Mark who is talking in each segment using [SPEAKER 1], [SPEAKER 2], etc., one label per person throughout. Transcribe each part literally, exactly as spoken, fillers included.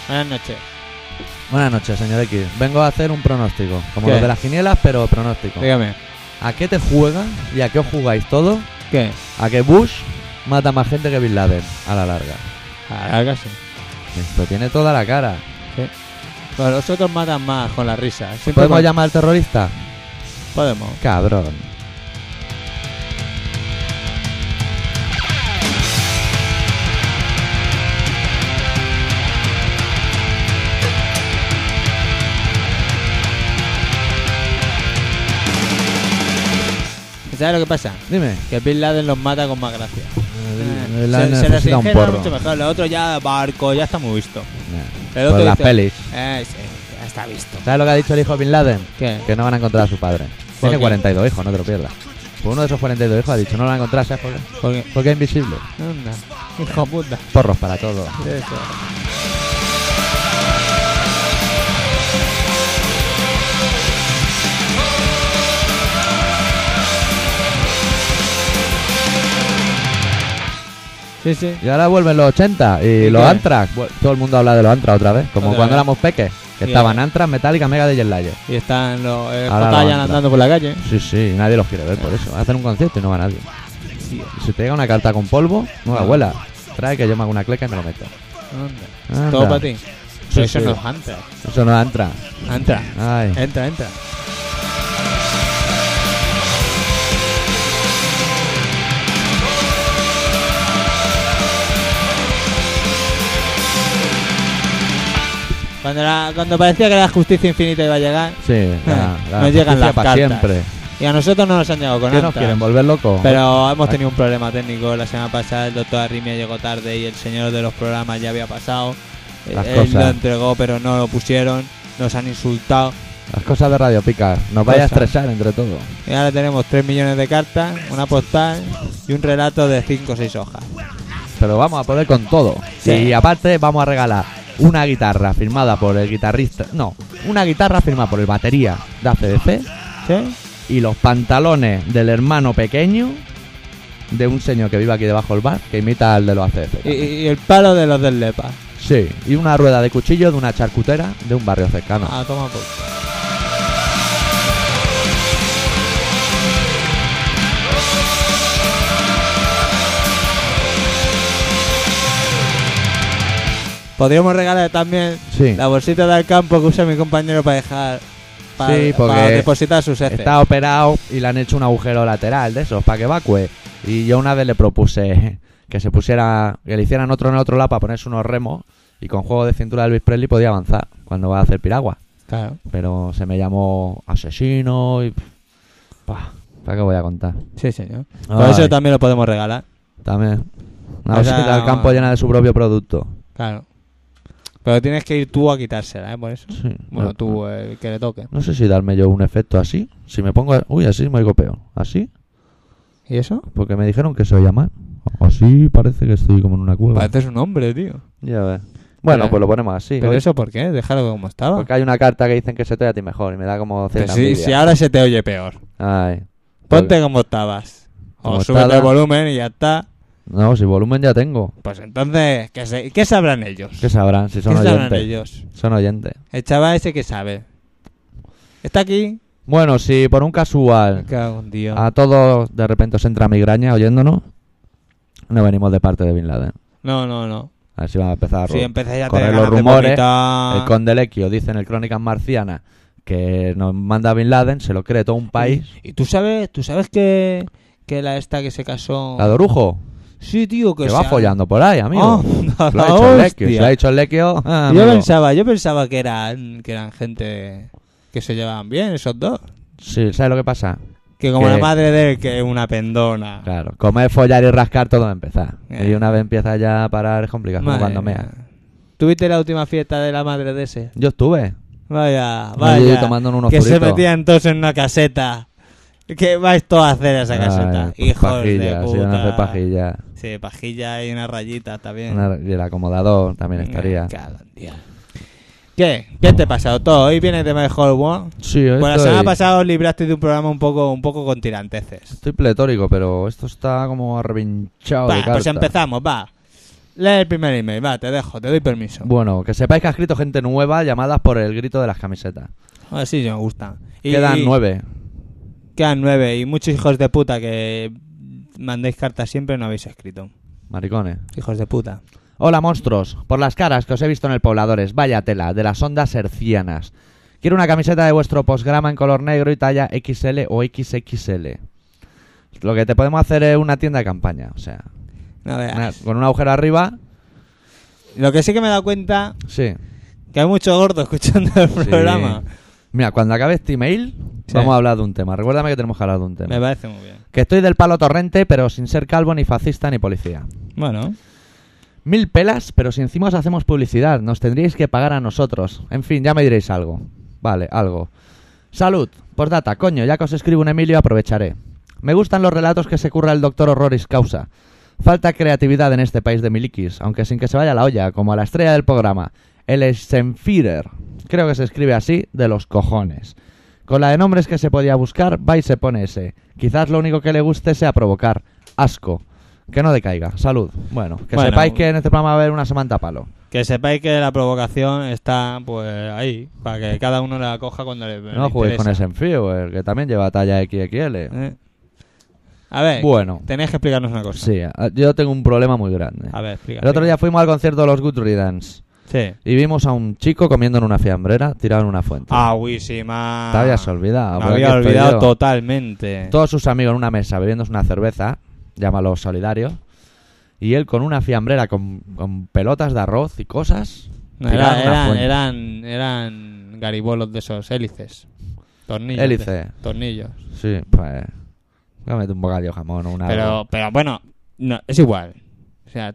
[SPEAKER 1] Buenas noches.
[SPEAKER 2] Buenas noches, señor X. Vengo a hacer un pronóstico, como
[SPEAKER 1] ¿Qué?
[SPEAKER 2] los de las quinielas, pero pronóstico.
[SPEAKER 1] Dígame.
[SPEAKER 2] ¿A qué te juegas y a qué os jugáis todos?
[SPEAKER 1] ¿Qué?
[SPEAKER 2] A que Bush mata más gente que Bin Laden a la larga.
[SPEAKER 1] A la larga sí.
[SPEAKER 2] Esto tiene toda la cara.
[SPEAKER 1] Sí. Pero los otros matan más con la risa. Siempre
[SPEAKER 2] ¿Podemos
[SPEAKER 1] con-
[SPEAKER 2] llamar al terrorista?
[SPEAKER 1] Podemos.
[SPEAKER 2] Cabrón.
[SPEAKER 1] ¿Sabes lo que pasa?
[SPEAKER 2] Dime.
[SPEAKER 1] Que Bin Laden los mata con más gracia.
[SPEAKER 2] Eh,
[SPEAKER 1] se
[SPEAKER 2] la
[SPEAKER 1] se les
[SPEAKER 2] necesita un
[SPEAKER 1] ingenia
[SPEAKER 2] porro.
[SPEAKER 1] mucho mejor. Lo otro ya, barco, ya está muy visto.
[SPEAKER 2] Nah.
[SPEAKER 1] El
[SPEAKER 2] Por
[SPEAKER 1] otro
[SPEAKER 2] las
[SPEAKER 1] dice-
[SPEAKER 2] pelis.
[SPEAKER 1] Eh, sí, ya está visto.
[SPEAKER 2] ¿Sabes lo que ha dicho el hijo de Bin Laden?
[SPEAKER 1] ¿Qué?
[SPEAKER 2] Que no van a encontrar a su padre.
[SPEAKER 1] ¿Por
[SPEAKER 2] Tiene
[SPEAKER 1] qué?
[SPEAKER 2] cuarenta y dos hijos, no te lo pierdas. Pues uno de esos cuarenta y dos hijos ha dicho, no lo van a encontrar, ¿sabes por qué?
[SPEAKER 1] ¿Por qué?
[SPEAKER 2] Porque es invisible.
[SPEAKER 1] Anda, hijo puta.
[SPEAKER 2] Porros para todo.
[SPEAKER 1] Eso. Sí, sí.
[SPEAKER 2] Y ahora vuelven los ochenta y
[SPEAKER 1] ¿Y
[SPEAKER 2] los
[SPEAKER 1] qué?
[SPEAKER 2] Anthrax. Bu- Todo el mundo habla de los Anthrax otra vez. Como
[SPEAKER 1] Otra
[SPEAKER 2] cuando
[SPEAKER 1] vez.
[SPEAKER 2] éramos peques. Que
[SPEAKER 1] Sí,
[SPEAKER 2] estaban
[SPEAKER 1] eh.
[SPEAKER 2] Anthrax, Metallica, Mega de Slayer.
[SPEAKER 1] Y están los eh,
[SPEAKER 2] Ahora
[SPEAKER 1] Jotayan
[SPEAKER 2] lo
[SPEAKER 1] andando por la calle.
[SPEAKER 2] Sí, sí, nadie los quiere ver por eso. Hacen un concierto y no va nadie.
[SPEAKER 1] Sí.
[SPEAKER 2] Y si te llega una carta con polvo, no la
[SPEAKER 1] Ah.
[SPEAKER 2] abuela. Trae que yo me hago una cleca y me lo meto.
[SPEAKER 1] Anda.
[SPEAKER 2] Anda.
[SPEAKER 1] Todo para ti.
[SPEAKER 2] Sí,
[SPEAKER 1] Pero eso
[SPEAKER 2] sí.
[SPEAKER 1] no es Antrax.
[SPEAKER 2] Eso no es Anthrax.
[SPEAKER 1] Antrax.
[SPEAKER 2] Ay.
[SPEAKER 1] Entra, entra. Cuando, la- cuando parecía que la justicia infinita iba a llegar,
[SPEAKER 2] Sí, la, la
[SPEAKER 1] Nos llegan
[SPEAKER 2] justicia
[SPEAKER 1] las
[SPEAKER 2] para
[SPEAKER 1] cartas.
[SPEAKER 2] siempre.
[SPEAKER 1] y a nosotros no nos han llegado con
[SPEAKER 2] ¿Qué nos
[SPEAKER 1] Antrax.
[SPEAKER 2] quieren volver locos?
[SPEAKER 1] Pero hemos tenido un problema técnico. La semana pasada el doctor Arrimia llegó tarde y el señor de los programas ya había pasado.
[SPEAKER 2] Las
[SPEAKER 1] Él
[SPEAKER 2] cosas.
[SPEAKER 1] lo entregó pero no lo pusieron. Nos han insultado.
[SPEAKER 2] Las cosas de Radio Pica. Nos vaya a
[SPEAKER 1] Cosas.
[SPEAKER 2] estresar entre todos.
[SPEAKER 1] Y ahora tenemos tres millones de cartas, una postal y un relato de cinco o seis hojas.
[SPEAKER 2] Pero vamos a poder con todo.
[SPEAKER 1] Sí.
[SPEAKER 2] Y aparte vamos a regalar una guitarra firmada por el guitarrista. No, una guitarra firmada por el batería de A C D C.
[SPEAKER 1] ¿Sí?
[SPEAKER 2] Y los pantalones del hermano pequeño de un señor que vive aquí debajo del bar, que imita al de los A C D C.
[SPEAKER 1] Y, y el palo de los del Lepa.
[SPEAKER 2] Sí, y una rueda de cuchillo de una charcutera de un barrio cercano.
[SPEAKER 1] Ah, toma por. Podríamos regalar también
[SPEAKER 2] Sí,
[SPEAKER 1] la bolsita del campo que usa mi compañero para dejar. Para,
[SPEAKER 2] Sí, porque
[SPEAKER 1] para depositar sus heces.
[SPEAKER 2] está operado y le han hecho un agujero lateral de esos para que evacue. Y yo una vez le propuse que se pusiera, que le hicieran otro en el otro lado para ponerse unos remos y con juego de cintura de Elvis Presley podía avanzar cuando va a hacer piragua.
[SPEAKER 1] Claro.
[SPEAKER 2] Pero se me llamó asesino y... Pah, ¿para qué voy a contar?
[SPEAKER 1] Sí, señor. Por
[SPEAKER 2] Ay,
[SPEAKER 1] eso también lo podemos regalar.
[SPEAKER 2] también. Una
[SPEAKER 1] O sea,
[SPEAKER 2] bolsita del campo llena de su propio producto.
[SPEAKER 1] Claro. Pero tienes que ir tú a quitársela, ¿eh? Por eso.
[SPEAKER 2] Sí.
[SPEAKER 1] Bueno, tú, el que le toque.
[SPEAKER 2] No sé si darme yo un efecto así. Si me pongo... Uy, así me oigo peor. ¿Así?
[SPEAKER 1] ¿Y eso?
[SPEAKER 2] Porque me dijeron que se oía mal. Así parece que estoy como en una cueva.
[SPEAKER 1] Pareces un hombre, tío.
[SPEAKER 2] Ya ves. Bueno,
[SPEAKER 1] Pero-
[SPEAKER 2] pues lo ponemos así.
[SPEAKER 1] ¿Pero
[SPEAKER 2] Oye,
[SPEAKER 1] eso por qué? Déjalo como estaba.
[SPEAKER 2] Porque hay una carta que dicen que se te oye a ti mejor y me da como
[SPEAKER 1] Pero
[SPEAKER 2] cierta
[SPEAKER 1] si,
[SPEAKER 2] envidia.
[SPEAKER 1] si ahora se te oye peor.
[SPEAKER 2] Ay.
[SPEAKER 1] Ponte como estabas. O
[SPEAKER 2] Como
[SPEAKER 1] súbete
[SPEAKER 2] estaba.
[SPEAKER 1] el volumen y ya está.
[SPEAKER 2] No, si volumen ya tengo.
[SPEAKER 1] Pues entonces, ¿qué, se- ¿qué sabrán ellos?
[SPEAKER 2] ¿Qué sabrán? Si son
[SPEAKER 1] ¿Qué sabrán
[SPEAKER 2] oyentes.
[SPEAKER 1] ellos?
[SPEAKER 2] Son oyentes.
[SPEAKER 1] El chaval ese que sabe. Está aquí.
[SPEAKER 2] Bueno, si por un casual
[SPEAKER 1] Me cago en Dios.
[SPEAKER 2] a todos de repente os entra migraña oyéndonos, no venimos de parte de Bin Laden.
[SPEAKER 1] No, no, no.
[SPEAKER 2] A ver si van a empezar a
[SPEAKER 1] Si
[SPEAKER 2] ru-
[SPEAKER 1] empezáis a
[SPEAKER 2] correr
[SPEAKER 1] tener
[SPEAKER 2] los
[SPEAKER 1] ganas de
[SPEAKER 2] rumores.
[SPEAKER 1] vomitar.
[SPEAKER 2] El conde Lequio dice en el Crónicas Marcianas que nos manda Bin Laden, se lo cree todo un país.
[SPEAKER 1] Y tú sabes, tú sabes que, que la esta que se casó.
[SPEAKER 2] La de Orujo,
[SPEAKER 1] Sí, tío, que
[SPEAKER 2] que
[SPEAKER 1] se
[SPEAKER 2] va
[SPEAKER 1] ha-
[SPEAKER 2] follando por ahí, amigo.
[SPEAKER 1] Oh,
[SPEAKER 2] Lo
[SPEAKER 1] la
[SPEAKER 2] ha hecho el Lequio.
[SPEAKER 1] hostia.
[SPEAKER 2] Si lo ha hecho el Lequio, ah,
[SPEAKER 1] Yo
[SPEAKER 2] amigo.
[SPEAKER 1] pensaba, yo pensaba que eran, que eran gente que se llevaban bien, esos dos.
[SPEAKER 2] Sí, ¿sabes lo que pasa?
[SPEAKER 1] Que como
[SPEAKER 2] Que-
[SPEAKER 1] la madre de él, que es una pendona.
[SPEAKER 2] Claro, comer, follar y rascar todo va a empezar.
[SPEAKER 1] Eh.
[SPEAKER 2] Y una vez empieza ya a parar es complicado, como
[SPEAKER 1] Madre
[SPEAKER 2] cuando
[SPEAKER 1] mía.
[SPEAKER 2] mea.
[SPEAKER 1] ¿Tuviste la última fiesta de la madre de ese?
[SPEAKER 2] Yo estuve
[SPEAKER 1] Vaya,
[SPEAKER 2] allí
[SPEAKER 1] vaya.
[SPEAKER 2] tomando unos
[SPEAKER 1] Que se
[SPEAKER 2] zuritos.
[SPEAKER 1] metían todos en una caseta. ¿Qué vais todos a hacer a esa caseta?
[SPEAKER 2] Ay, pues
[SPEAKER 1] Hijos
[SPEAKER 2] pajilla,
[SPEAKER 1] de
[SPEAKER 2] sí, van a hacer
[SPEAKER 1] puta.
[SPEAKER 2] pajilla.
[SPEAKER 1] Sí, pajilla y una rayita también.
[SPEAKER 2] Una- y el acomodador también estaría.
[SPEAKER 1] Me cago en Dios. ¿Qué? ¿Qué te pasa, todo? ¿Hoy vienes de mejor humor?
[SPEAKER 2] Sí,
[SPEAKER 1] Pues la
[SPEAKER 2] estoy,
[SPEAKER 1] semana pasada os libraste de un programa un poco, un poco con tiranteces.
[SPEAKER 2] estoy pletórico, pero esto está como arrebinchado de
[SPEAKER 1] Va, pues
[SPEAKER 2] carta.
[SPEAKER 1] empezamos, va. lee el primer email, va, te dejo, te doy permiso.
[SPEAKER 2] Bueno, que sepáis que ha escrito gente nueva llamadas por el grito de las camisetas.
[SPEAKER 1] A sí, me gusta. Y,
[SPEAKER 2] Quedan nueve.
[SPEAKER 1] Quedan nueve y muchos hijos de puta que mandéis cartas siempre no habéis escrito.
[SPEAKER 2] Maricones.
[SPEAKER 1] Hijos de puta.
[SPEAKER 2] Hola, monstruos. Por las caras que os he visto en el Pobladores, vaya tela, de las ondas hercianas. Quiero una camiseta de vuestro postgrama en color negro y talla equis ele o equis equis ele. Lo que te podemos hacer es una tienda de campaña, o sea,
[SPEAKER 1] No veas.
[SPEAKER 2] una- con un agujero arriba.
[SPEAKER 1] Lo que sí que me he dado cuenta,
[SPEAKER 2] Sí.
[SPEAKER 1] que hay mucho gordo escuchando el
[SPEAKER 2] Sí.
[SPEAKER 1] programa.
[SPEAKER 2] Mira, cuando acabe este email,
[SPEAKER 1] Sí.
[SPEAKER 2] vamos a hablar de un tema. Recuérdame que tenemos que hablar de un tema.
[SPEAKER 1] Me parece muy bien.
[SPEAKER 2] Que estoy del palo torrente, pero sin ser calvo, ni fascista, ni policía.
[SPEAKER 1] Bueno,
[SPEAKER 2] Mil pelas, pero si encima os hacemos publicidad, nos tendríais que pagar a nosotros. En fin, ya me diréis algo. Vale, algo. Salud. Postdata, coño, ya que os escribo un Emilio, aprovecharé. Me gustan los relatos que se curra el doctor Horroris Causa. Falta creatividad en este país de milikis, aunque sin que se vaya la olla, como a la estrella del programa, el Eisenführer. Creo que se escribe así, de los cojones. Con la de nombres que se podía buscar, va y se pone ese. Quizás lo único que le guste sea provocar. Asco. Que no decaiga. Salud. Bueno, que
[SPEAKER 1] Bueno.
[SPEAKER 2] sepáis que en este programa va a haber una Samantha Palo.
[SPEAKER 1] que sepáis que la provocación está pues ahí, para que cada uno la coja cuando le,
[SPEAKER 2] No
[SPEAKER 1] le
[SPEAKER 2] juguéis con
[SPEAKER 1] interesa.
[SPEAKER 2] Eisenführer, que también lleva talla equis equis ele.
[SPEAKER 1] ¿Eh? A ver,
[SPEAKER 2] Bueno.
[SPEAKER 1] tenéis que explicarnos una cosa.
[SPEAKER 2] Sí, a- yo tengo un problema muy grande.
[SPEAKER 1] A ver, explica.
[SPEAKER 2] El otro día fuimos al concierto de los Good Riddance
[SPEAKER 1] Sí.
[SPEAKER 2] y vimos a un chico comiendo en una fiambrera tirado en una fuente.
[SPEAKER 1] Ah, Wisima.
[SPEAKER 2] Te habías olvidado.
[SPEAKER 1] Me
[SPEAKER 2] por
[SPEAKER 1] había
[SPEAKER 2] aquí estoy
[SPEAKER 1] olvidado
[SPEAKER 2] yo.
[SPEAKER 1] totalmente.
[SPEAKER 2] Todos sus amigos en una mesa bebiéndose una cerveza, llámalo solidario, y él con una fiambrera con, con pelotas de arroz y cosas.
[SPEAKER 1] No,
[SPEAKER 2] tirado
[SPEAKER 1] era-
[SPEAKER 2] en una
[SPEAKER 1] eran,
[SPEAKER 2] fuente.
[SPEAKER 1] eran, eran garibolos de esos hélices. Tornillos.
[SPEAKER 2] Hélice.
[SPEAKER 1] de- tornillos.
[SPEAKER 2] Sí, pues. Cómete un bocadillo de jamón o una.
[SPEAKER 1] Pero, pero bueno, no, es igual. O sea,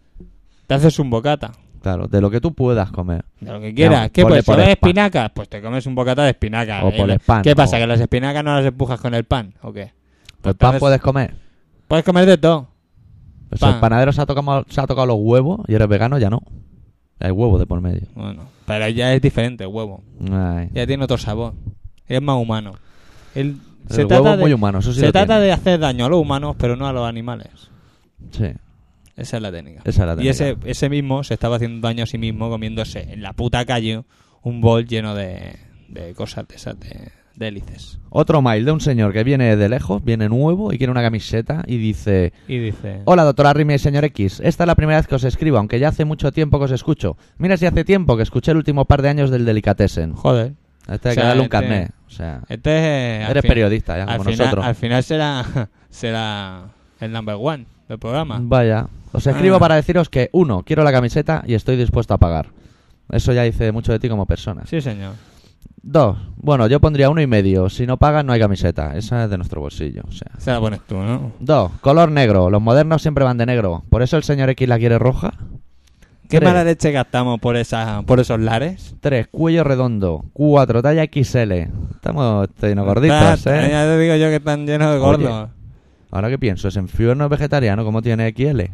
[SPEAKER 1] te haces un bocata.
[SPEAKER 2] Claro, de lo que tú puedas comer.
[SPEAKER 1] De lo que quieras.
[SPEAKER 2] No,
[SPEAKER 1] ¿Qué
[SPEAKER 2] ponle
[SPEAKER 1] pues?
[SPEAKER 2] por
[SPEAKER 1] ¿Son
[SPEAKER 2] el pan.
[SPEAKER 1] espinacas? Pues te comes un bocata de espinacas.
[SPEAKER 2] O
[SPEAKER 1] Eh,
[SPEAKER 2] por el
[SPEAKER 1] la-
[SPEAKER 2] pan,
[SPEAKER 1] ¿Qué pasa?
[SPEAKER 2] o-
[SPEAKER 1] ¿Que las espinacas no las empujas con el pan? ¿O qué?
[SPEAKER 2] Pues pan
[SPEAKER 1] entonces-
[SPEAKER 2] puedes comer.
[SPEAKER 1] Puedes comer de todo.
[SPEAKER 2] Pues
[SPEAKER 1] pan.
[SPEAKER 2] el panadero se ha, tocado, se ha tocado los huevos y eres vegano, ya no. Hay huevos de por medio.
[SPEAKER 1] Bueno, pero ya es diferente el huevo.
[SPEAKER 2] Ay.
[SPEAKER 1] Ya tiene otro sabor. Es más humano. El,
[SPEAKER 2] El
[SPEAKER 1] se
[SPEAKER 2] huevo
[SPEAKER 1] trata
[SPEAKER 2] es
[SPEAKER 1] de,
[SPEAKER 2] muy humano, eso sí
[SPEAKER 1] se
[SPEAKER 2] lo
[SPEAKER 1] trata
[SPEAKER 2] tiene.
[SPEAKER 1] de hacer daño a los humanos, pero no a los animales.
[SPEAKER 2] Sí,
[SPEAKER 1] Esa es la técnica.
[SPEAKER 2] esa es la
[SPEAKER 1] Y
[SPEAKER 2] técnica.
[SPEAKER 1] ese, ese mismo se estaba haciendo daño a sí mismo comiéndose en la puta calle un bol lleno de, de cosas de esas, de, de hélices.
[SPEAKER 2] Otro mail de un señor que viene de lejos, viene nuevo y quiere una camiseta y dice:
[SPEAKER 1] Y dice...
[SPEAKER 2] Hola, doctora Rimi y señor X. Esta es la primera vez que os escribo, aunque ya hace mucho tiempo que os escucho. Mira si hace tiempo que escuché el último par de años del Delicatessen.
[SPEAKER 1] Joder.
[SPEAKER 2] Este hay
[SPEAKER 1] O
[SPEAKER 2] que
[SPEAKER 1] sea,
[SPEAKER 2] darle un
[SPEAKER 1] este-
[SPEAKER 2] carnet. O sea,
[SPEAKER 1] Este es... al
[SPEAKER 2] eres
[SPEAKER 1] fin-
[SPEAKER 2] periodista ya,
[SPEAKER 1] al
[SPEAKER 2] como
[SPEAKER 1] final,
[SPEAKER 2] nosotros.
[SPEAKER 1] al final será, será el number one del programa.
[SPEAKER 2] Vaya. Os escribo
[SPEAKER 1] Ah.
[SPEAKER 2] para deciros que, uno, quiero la camiseta y estoy dispuesto a pagar. Eso ya dice mucho de ti como persona.
[SPEAKER 1] Sí, señor.
[SPEAKER 2] Dos, bueno, yo pondría uno y medio. Si no pagan, no hay camiseta. Esa es de nuestro bolsillo. O sea.
[SPEAKER 1] Se la pones tú, ¿no?
[SPEAKER 2] Dos, color negro. Los modernos siempre van de negro. ¿Por eso el señor X la quiere roja?
[SPEAKER 1] ¿Qué
[SPEAKER 2] Tres.
[SPEAKER 1] mala leche gastamos por, esa, por esos lares?
[SPEAKER 2] Tres, cuello redondo. Cuatro, talla equis ele. Estamos llenos gorditos,
[SPEAKER 1] Ah,
[SPEAKER 2] ¿eh?
[SPEAKER 1] Ya te digo yo que están llenos de
[SPEAKER 2] Oye.
[SPEAKER 1] gordos.
[SPEAKER 2] Ahora que pienso, ¿es infierno es vegetariano? ¿Cómo tiene equis ele?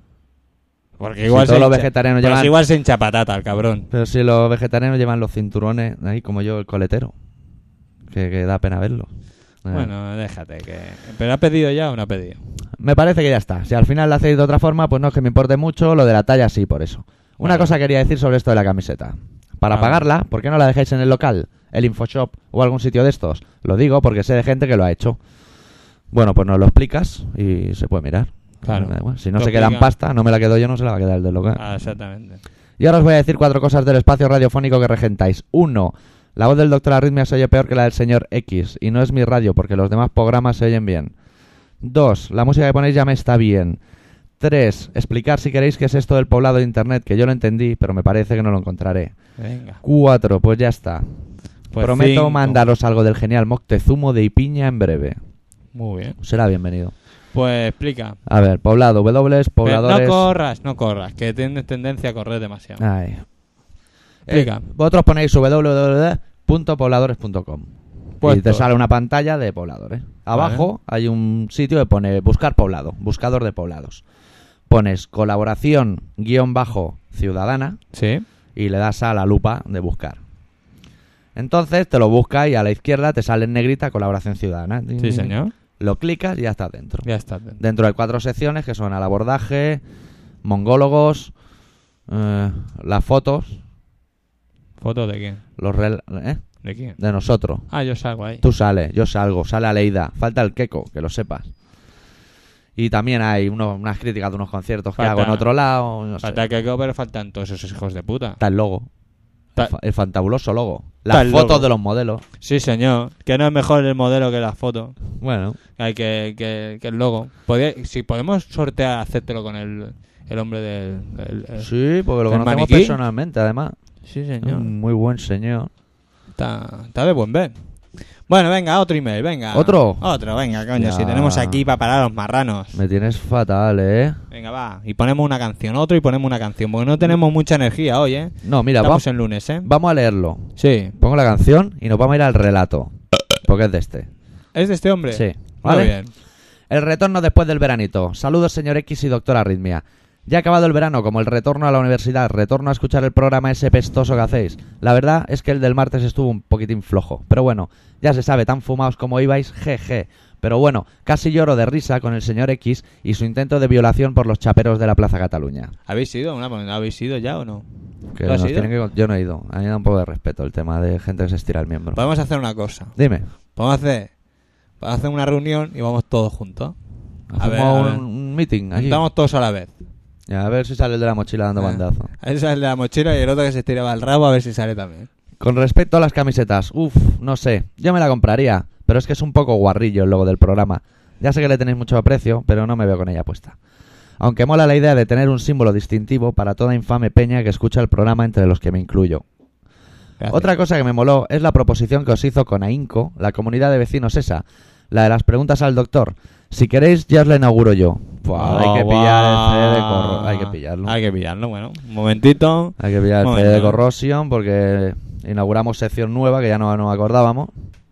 [SPEAKER 1] Porque
[SPEAKER 2] Si
[SPEAKER 1] igual
[SPEAKER 2] todos
[SPEAKER 1] se
[SPEAKER 2] los
[SPEAKER 1] hincha-
[SPEAKER 2] vegetarianos
[SPEAKER 1] pero
[SPEAKER 2] llevan-
[SPEAKER 1] si igual se hincha patata el cabrón.
[SPEAKER 2] Pero si los vegetarianos llevan los cinturones ahí, como yo, el coletero. Que, que da pena verlo. Eh.
[SPEAKER 1] Bueno, déjate que... ¿Pero ha pedido ya o no ha pedido?
[SPEAKER 2] Me parece que ya está. Si al final lo hacéis de otra forma, pues no es que me importe mucho. Lo de la talla sí, por eso. Una
[SPEAKER 1] Vale.
[SPEAKER 2] cosa quería decir sobre esto de la camiseta. Para
[SPEAKER 1] Ah.
[SPEAKER 2] pagarla, ¿por qué no la dejáis en el local, el Infoshop o algún sitio de estos? Lo digo porque sé de gente que lo ha hecho. Bueno, pues nos lo explicas y se puede mirar.
[SPEAKER 1] Claro.
[SPEAKER 2] Me da igual. Si no
[SPEAKER 1] Lo
[SPEAKER 2] se queda en
[SPEAKER 1] explica.
[SPEAKER 2] pasta, no me la quedo yo, no se la va a quedar el del local.
[SPEAKER 1] Ah, exactamente.
[SPEAKER 2] Y ahora os voy a decir cuatro cosas del espacio radiofónico que regentáis. Uno, la voz del doctor Arritmia se oye peor que la del señor X. Y no es mi radio, porque los demás programas se oyen bien. Dos, la música que ponéis ya me está bien. Tres, explicar si queréis qué es esto del poblado de internet, que yo lo entendí, pero me parece que no lo encontraré.
[SPEAKER 1] Venga.
[SPEAKER 2] Cuatro, pues ya está.
[SPEAKER 1] Pues
[SPEAKER 2] Prometo
[SPEAKER 1] cinco.
[SPEAKER 2] mandaros algo del genial Moctezumo de Ipiña en breve.
[SPEAKER 1] Muy bien.
[SPEAKER 2] Será bienvenido.
[SPEAKER 1] Pues explica.
[SPEAKER 2] A ver, poblado, W,
[SPEAKER 1] Pero
[SPEAKER 2] pobladores...
[SPEAKER 1] no corras, no corras, que tienes tendencia a correr demasiado.
[SPEAKER 2] Ay.
[SPEAKER 1] Explica.
[SPEAKER 2] Eh, vosotros ponéis w w w punto pobladores punto com y
[SPEAKER 1] Puesto.
[SPEAKER 2] te sale una pantalla de pobladores. Abajo hay un sitio que pone buscar poblado, buscador de poblados. Pones colaboración guión bajo ciudadana
[SPEAKER 1] Sí.
[SPEAKER 2] y le das a la lupa de buscar. Entonces te lo busca y a la izquierda te sale en negrita colaboración ciudadana.
[SPEAKER 1] Sí, señor.
[SPEAKER 2] Lo clicas y ya estás dentro.
[SPEAKER 1] Ya está.
[SPEAKER 2] Dentro hay cuatro secciones que son al abordaje, mongólogos, eh, las fotos,
[SPEAKER 1] ¿Foto de quién?
[SPEAKER 2] los rel- ¿eh?
[SPEAKER 1] ¿De quién?
[SPEAKER 2] de nosotros.
[SPEAKER 1] Ah, yo salgo ahí.
[SPEAKER 2] Tú sales, yo salgo, sale Aleida. Falta el Keko, que lo sepas. Y también hay unos, unas críticas de unos conciertos que
[SPEAKER 1] Falta-
[SPEAKER 2] hago en otro lado. No sé.
[SPEAKER 1] Falta que pero faltan todos esos hijos de puta.
[SPEAKER 2] Está el logo.
[SPEAKER 1] Ta-
[SPEAKER 2] El, fa- el fantabuloso logo.
[SPEAKER 1] Está
[SPEAKER 2] Las
[SPEAKER 1] el
[SPEAKER 2] fotos
[SPEAKER 1] logo.
[SPEAKER 2] de los modelos.
[SPEAKER 1] Sí, señor. Que no es mejor el modelo que la foto.
[SPEAKER 2] Bueno,
[SPEAKER 1] Hay que, que, que el logo. Podría- si podemos sortear, hacértelo con el, el hombre del... el- el-
[SPEAKER 2] sí, porque lo
[SPEAKER 1] ¿El
[SPEAKER 2] conocemos
[SPEAKER 1] maniquí?
[SPEAKER 2] personalmente, además.
[SPEAKER 1] Sí,
[SPEAKER 2] Es
[SPEAKER 1] señor.
[SPEAKER 2] un muy buen señor.
[SPEAKER 1] Está, está de buen ver. Bueno, venga, otro email, venga.
[SPEAKER 2] ¿Otro?
[SPEAKER 1] Otro, venga, coño.
[SPEAKER 2] Ya.
[SPEAKER 1] Si tenemos aquí para parar a los marranos.
[SPEAKER 2] Me tienes fatal, ¿eh?
[SPEAKER 1] Venga, va. Y ponemos una canción. Otro y ponemos una canción. Porque no tenemos mucha energía hoy, ¿eh?
[SPEAKER 2] No, mira, va-
[SPEAKER 1] Estamos en lunes, ¿eh?
[SPEAKER 2] vamos a leerlo.
[SPEAKER 1] Sí.
[SPEAKER 2] Pongo la canción y nos vamos a ir al relato. Porque es de este.
[SPEAKER 1] ¿Es de este hombre?
[SPEAKER 2] Sí.
[SPEAKER 1] Muy
[SPEAKER 2] ¿Vale?
[SPEAKER 1] bien.
[SPEAKER 2] El retorno después del veranito. Saludos, señor X y doctor Arritmia. Ya ha acabado el verano, como el retorno a la universidad, retorno a escuchar el programa ese pestoso que hacéis. La verdad es que el del martes estuvo un poquitín flojo. Pero bueno, ya se sabe, tan fumados como ibais, jeje. Pero bueno, casi lloro de risa con el señor X y su intento de violación por los chaperos de la Plaza Cataluña.
[SPEAKER 1] ¿Habéis ido? Una, ¿Habéis ido ya o no?
[SPEAKER 2] Que
[SPEAKER 1] ¿Tú has
[SPEAKER 2] nos
[SPEAKER 1] ido?
[SPEAKER 2] tienen que con- Yo no he ido. A mí me da un poco de respeto el tema de gente que se estira el miembro.
[SPEAKER 1] Podemos hacer una cosa.
[SPEAKER 2] Dime.
[SPEAKER 1] Podemos hacer, podemos hacer una reunión y vamos todos juntos. A
[SPEAKER 2] Hacemos
[SPEAKER 1] ver, a ver.
[SPEAKER 2] un, un meeting allí.
[SPEAKER 1] Estamos todos a la vez.
[SPEAKER 2] Ya, a ver si sale el de la mochila dando
[SPEAKER 1] Ah.
[SPEAKER 2] bandazo.
[SPEAKER 1] Ese es el de la mochila y el otro que se estiraba el rabo a ver si sale también.
[SPEAKER 2] Con respecto a las camisetas, uff, no sé, yo me la compraría, pero es que es un poco guarrillo el logo del programa. Ya sé que le tenéis mucho aprecio, pero no me veo con ella puesta. Aunque mola la idea de tener un símbolo distintivo para toda infame peña que escucha el programa, entre los que me incluyo.
[SPEAKER 1] Gracias.
[SPEAKER 2] Otra cosa que me moló es la proposición que os hizo con AINCO, la comunidad de vecinos esa, la de las preguntas al doctor. Si queréis, ya os la inauguro yo. Buah, hay que
[SPEAKER 1] Oh,
[SPEAKER 2] pillar el
[SPEAKER 1] guau.
[SPEAKER 2] C D de corro... Hay que pillarlo.
[SPEAKER 1] Hay que pillarlo, bueno. Un momentito.
[SPEAKER 2] Hay que pillar el
[SPEAKER 1] Momento.
[SPEAKER 2] C D de Corrosion porque inauguramos sección nueva que ya no nos acordábamos.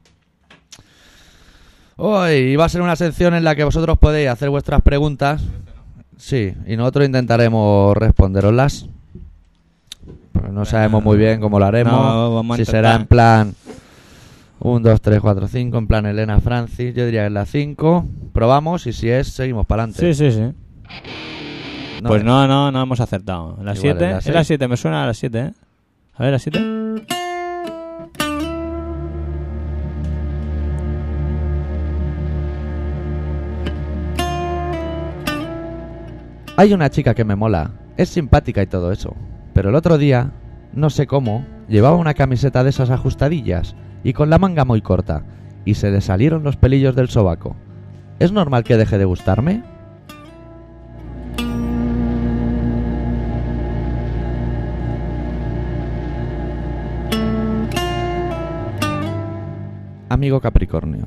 [SPEAKER 2] Hoy va a ser una sección en la que vosotros podéis hacer vuestras preguntas. Sí, y nosotros intentaremos responderoslas. Pero no sabemos muy bien cómo lo haremos.
[SPEAKER 1] No, vamos a
[SPEAKER 2] si
[SPEAKER 1] intentar.
[SPEAKER 2] será en plan uno, dos, tres, cuatro, cinco, en plan Elena Francis. Yo diría que es la cinco. Probamos y si es, seguimos para adelante.
[SPEAKER 1] Sí, sí, sí. Pues no, no, no hemos acertado. La
[SPEAKER 2] Igual
[SPEAKER 1] siete,
[SPEAKER 2] es la
[SPEAKER 1] es
[SPEAKER 2] seis.
[SPEAKER 1] la siete, me suena a la siete, ¿eh? A ver, la siete.
[SPEAKER 2] Hay una chica que me mola, es simpática y todo eso, pero el otro día, no sé cómo, llevaba una camiseta de esas ajustadillas y con la manga muy corta, y se le salieron los pelillos del sobaco. ¿Es normal que deje de gustarme? Amigo Capricornio.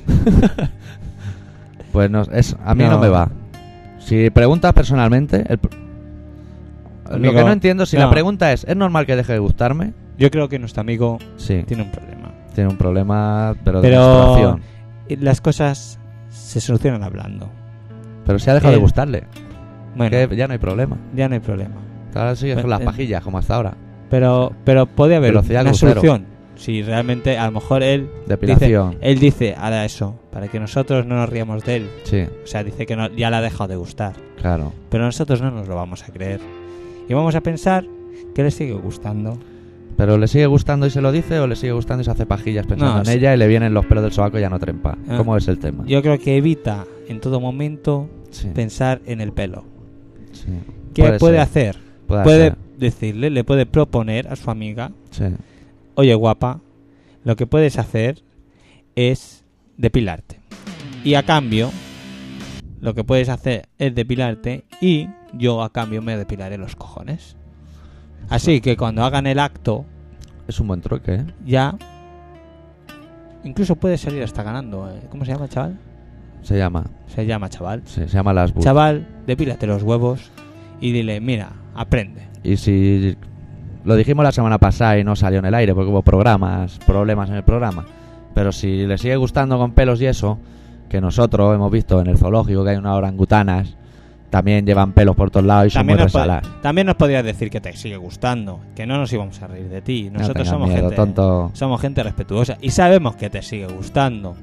[SPEAKER 2] Pues no, es, a mí no.
[SPEAKER 1] No.
[SPEAKER 2] me va. Si preguntas personalmente, el pr- lo
[SPEAKER 1] Amigo,
[SPEAKER 2] que no entiendo, si
[SPEAKER 1] no.
[SPEAKER 2] la pregunta es, ¿es normal que deje de gustarme?
[SPEAKER 1] Yo creo que nuestro amigo
[SPEAKER 2] Sí,
[SPEAKER 1] tiene un problema.
[SPEAKER 2] tiene un problema, pero de
[SPEAKER 1] Pero
[SPEAKER 2] menstruación.
[SPEAKER 1] las cosas se solucionan hablando.
[SPEAKER 2] Pero si ha dejado
[SPEAKER 1] él-
[SPEAKER 2] de gustarle,
[SPEAKER 1] Bueno,
[SPEAKER 2] que ya no hay problema.
[SPEAKER 1] ya no hay problema.
[SPEAKER 2] Ahora sigue con
[SPEAKER 1] Pero-
[SPEAKER 2] las
[SPEAKER 1] eh,
[SPEAKER 2] pajillas, como hasta ahora.
[SPEAKER 1] Pero, pero puede haber
[SPEAKER 2] Velocidad
[SPEAKER 1] una
[SPEAKER 2] crucero.
[SPEAKER 1] solución. Si realmente, a lo mejor él dice,
[SPEAKER 2] Depilación.
[SPEAKER 1] él dice, hará eso, para que nosotros no nos riamos de él.
[SPEAKER 2] Sí,
[SPEAKER 1] O sea, dice que no, ya le ha dejado de gustar.
[SPEAKER 2] claro.
[SPEAKER 1] Pero nosotros no nos lo vamos a creer. Y vamos a pensar que le sigue gustando.
[SPEAKER 2] ¿Pero le sigue gustando y se lo dice o le sigue gustando y se hace pajillas pensando
[SPEAKER 1] No,
[SPEAKER 2] en
[SPEAKER 1] sí.
[SPEAKER 2] ella y le vienen los pelos del sobaco y ya no trempa?
[SPEAKER 1] Ah.
[SPEAKER 2] ¿Cómo es el tema?
[SPEAKER 1] Yo creo que evita en todo momento
[SPEAKER 2] Sí,
[SPEAKER 1] pensar en el pelo.
[SPEAKER 2] sí.
[SPEAKER 1] ¿Qué
[SPEAKER 2] Puede
[SPEAKER 1] puede
[SPEAKER 2] ser,
[SPEAKER 1] hacer?
[SPEAKER 2] puede
[SPEAKER 1] Puede
[SPEAKER 2] ser,
[SPEAKER 1] decirle, le puede proponer a su amiga,
[SPEAKER 2] sí.
[SPEAKER 1] oye guapa, lo que puedes hacer es depilarte. Y a cambio, lo que puedes hacer es depilarte y yo a cambio me depilaré los cojones. Así que cuando hagan el acto,
[SPEAKER 2] Es un buen truque, ¿eh?
[SPEAKER 1] ya incluso puedes salir hasta ganando. ¿eh? ¿Cómo se llama, chaval?
[SPEAKER 2] Se llama,
[SPEAKER 1] Se llama chaval.
[SPEAKER 2] sí, se llama las bu-
[SPEAKER 1] Chaval, depílate los huevos y dile, mira, aprende.
[SPEAKER 2] Y si lo dijimos la semana pasada y no salió en el aire porque hubo programas, problemas en el programa, pero si le sigue gustando con pelos y eso, que nosotros hemos visto en el zoológico que hay unas orangutanas, también llevan pelos por todos lados y son muy
[SPEAKER 1] También nos, po-
[SPEAKER 2] resaladas.
[SPEAKER 1] también nos podrías decir que te sigue gustando, que no nos íbamos a reír de ti.
[SPEAKER 2] No
[SPEAKER 1] Nosotros
[SPEAKER 2] tengas
[SPEAKER 1] somos
[SPEAKER 2] miedo,
[SPEAKER 1] gente,
[SPEAKER 2] tonto.
[SPEAKER 1] somos gente respetuosa y sabemos que te sigue gustando.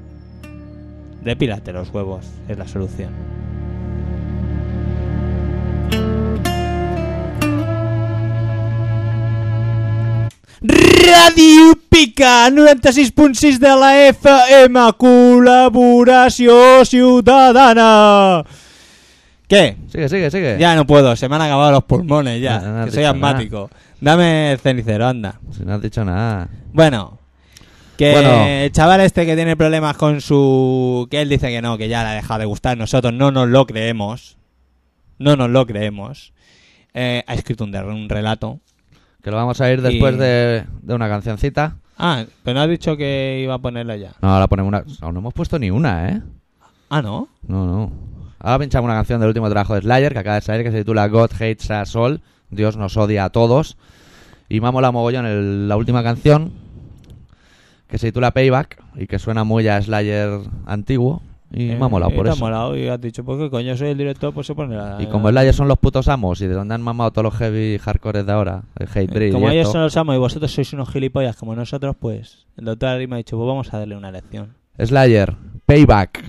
[SPEAKER 1] Depílate los huevos, es la solución. Radio Pica noranta-sis punt sis de la F M, col·laboració ciudadana. ¿Qué?
[SPEAKER 2] Sigue, sigue, sigue.
[SPEAKER 1] Ya no puedo, se me han acabado los pulmones ya,
[SPEAKER 2] No, no has
[SPEAKER 1] que soy
[SPEAKER 2] dicho
[SPEAKER 1] asmático. Dame el cenicero, anda.
[SPEAKER 2] Si no has dicho nada.
[SPEAKER 1] Bueno, que
[SPEAKER 2] Bueno.
[SPEAKER 1] el chaval este que tiene problemas con su... que él dice que no, que ya le ha dejado de gustar, nosotros no nos lo creemos. No nos lo creemos. Eh, ha escrito un, de- un relato.
[SPEAKER 2] Que lo vamos a ir después
[SPEAKER 1] Y-
[SPEAKER 2] de, de una cancioncita.
[SPEAKER 1] Ah, pero no has dicho que iba a ponerla ya.
[SPEAKER 2] No, ahora ponemos una... Aún no hemos puesto ni una, ¿eh?
[SPEAKER 1] Ah, ¿no?
[SPEAKER 2] No, no. Ahora pinchamos una canción del último trabajo de Slayer que acaba de salir, que se titula God Hates Us All. Dios nos odia a todos. Y me ha molado mogollón el- la última canción, que se titula Payback y que suena muy a Slayer antiguo. Y me ha molado por
[SPEAKER 1] te
[SPEAKER 2] eso.
[SPEAKER 1] ha molado y has dicho, pues que coño soy el director, pues se pone la...
[SPEAKER 2] Y como Slayer son los putos amos y de donde han mamado todos los heavy hardcores de ahora, el Hatebreed
[SPEAKER 1] Como
[SPEAKER 2] y
[SPEAKER 1] ellos
[SPEAKER 2] esto,
[SPEAKER 1] son los amos y vosotros sois unos gilipollas como nosotros, pues el doctor Ari me ha dicho, pues vamos a darle una lección.
[SPEAKER 2] Slayer, Payback.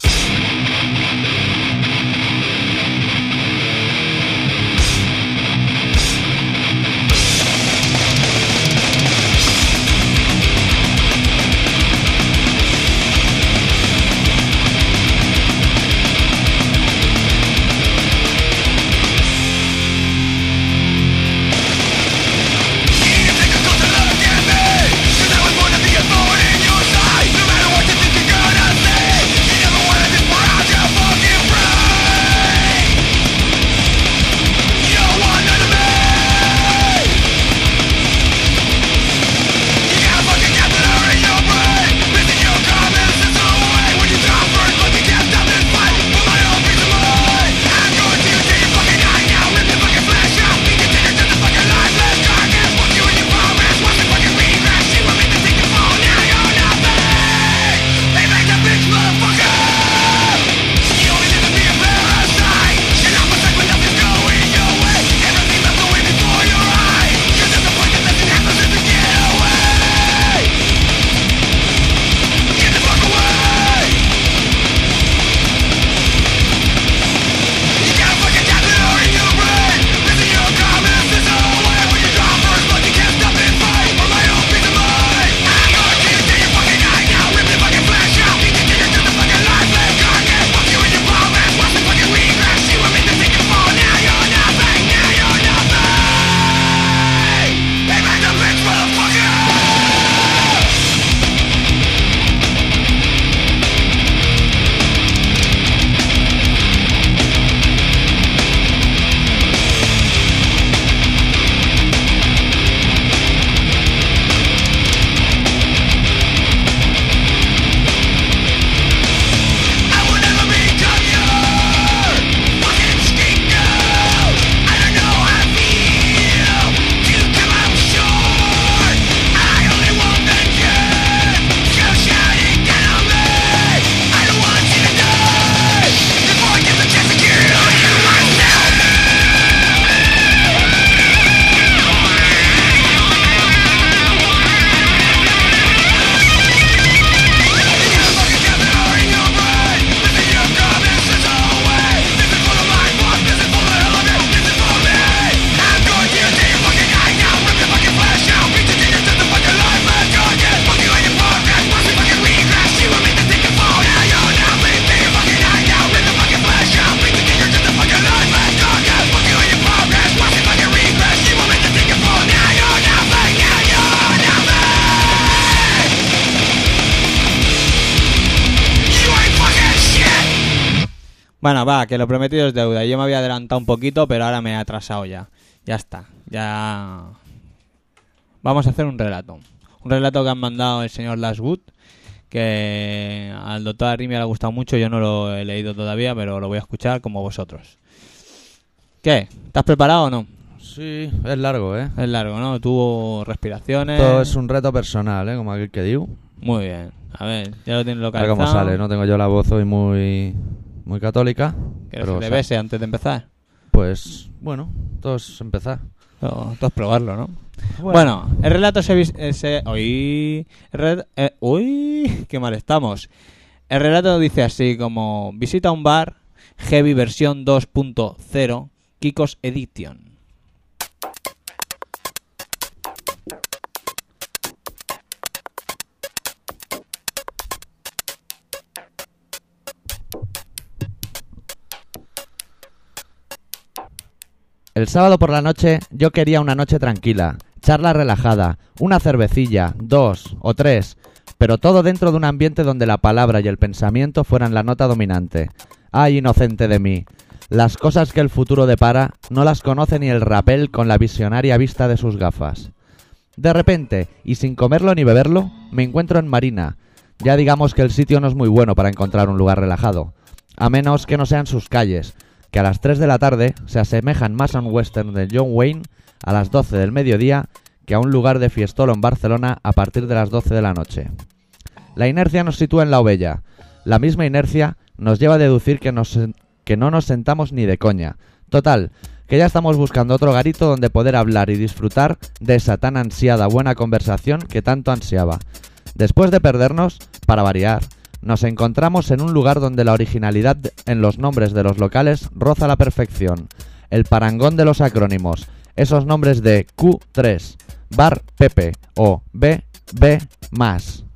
[SPEAKER 1] Bueno, va, que lo prometido es deuda. Yo me había adelantado un poquito, pero ahora me he atrasado ya. Ya está, ya... Vamos a hacer un relato. Un relato que han mandado el señor Lashwood, que al doctor Arrimia le ha gustado mucho. Yo no lo he leído todavía, pero lo voy a escuchar como vosotros. ¿Qué? ¿Estás preparado o no?
[SPEAKER 2] Sí, es largo, ¿eh?
[SPEAKER 1] Es largo, ¿no? Tuvo respiraciones.
[SPEAKER 2] Todo es un reto personal, ¿eh? Como aquel que digo.
[SPEAKER 1] Muy bien. A ver, ya lo tienes
[SPEAKER 2] A ver
[SPEAKER 1] localizado.
[SPEAKER 2] cómo sale. No tengo yo la voz hoy muy, muy católica.
[SPEAKER 1] ¿Quieres
[SPEAKER 2] pero,
[SPEAKER 1] que
[SPEAKER 2] o
[SPEAKER 1] te
[SPEAKER 2] sea,
[SPEAKER 1] bese antes de empezar?
[SPEAKER 2] Pues, bueno, todo es empezar.
[SPEAKER 1] O, todo es probarlo, ¿no? Bueno, el relato se... vis- eh, se uy, el relato- eh, uy, qué mal estamos. El relato dice así como... Visita un bar, Heavy versión dos punto cero, Kikos Edition.
[SPEAKER 2] El sábado por la noche yo quería una noche tranquila, charla relajada, una cervecilla, dos o tres, pero todo dentro de un ambiente donde la palabra y el pensamiento fueran la nota dominante. ¡Ay, inocente de mí! Las cosas que el futuro depara no las conoce ni el rapel con la visionaria vista de sus gafas. De repente, y sin comerlo ni beberlo, me encuentro en Marina. Ya digamos que el sitio no es muy bueno para encontrar un lugar relajado, a menos que no sean sus calles, que a las tres de la tarde se asemejan más a un western de John Wayne a las doce del mediodía que a un lugar de fiestolo en Barcelona a partir de las doce de la noche. La inercia nos sitúa en la Ovella. La misma inercia nos lleva a deducir que, nos, que no nos sentamos ni de coña. Total, que ya estamos buscando otro garito donde poder hablar y disfrutar de esa tan ansiada buena conversación que tanto ansiaba. Después de perdernos, para variar, nos encontramos en un lugar donde la originalidad en los nombres de los locales roza la perfección. El parangón de los acrónimos, esos nombres de Q tres, Bar Pepe o B B más.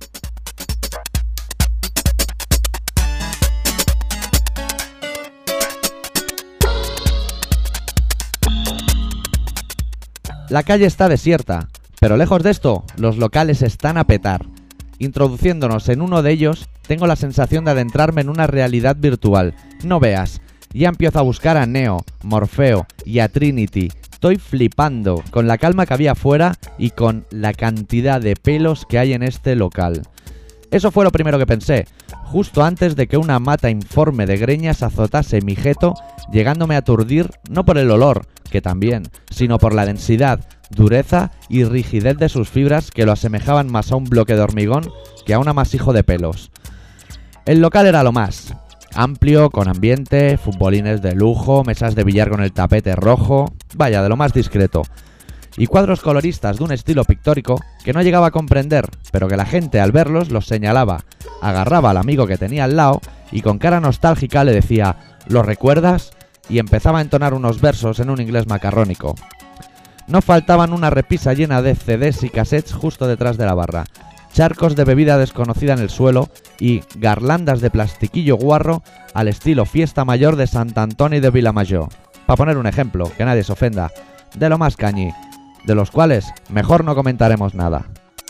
[SPEAKER 2] La calle está desierta, pero lejos de esto, los locales están a petar. Introduciéndonos en uno de ellos, tengo la sensación de adentrarme en una realidad virtual. No veas, ya empiezo a buscar a Neo, Morfeo y a Trinity. Estoy flipando con la calma que había afuera y con la cantidad de pelos que hay en este local. Eso fue lo primero que pensé, justo antes de que una mata informe de greñas azotase mi jeto, llegándome a aturdir no por el olor, que también, sino por la densidad, dureza y rigidez de sus fibras que lo asemejaban más a un bloque de hormigón que a un amasijo de pelos. El local era lo más. Amplio, con ambiente, futbolines de lujo, mesas de billar con el tapete rojo, vaya, de lo más discreto. Y cuadros coloristas de un estilo pictórico que no llegaba a comprender, pero que la gente al verlos los señalaba, agarraba al amigo que tenía al lado y con cara nostálgica le decía «¿Lo recuerdas?», y empezaba a entonar unos versos en un inglés macarrónico. No faltaban una repisa llena de C Ds y cassettes justo detrás de la barra, charcos de bebida desconocida en el suelo y garlandas de plastiquillo guarro al estilo fiesta mayor de Sant Antoni de Vilamajor, para poner un ejemplo, que nadie se ofenda, de lo más cañí, de los cuales mejor no comentaremos nada.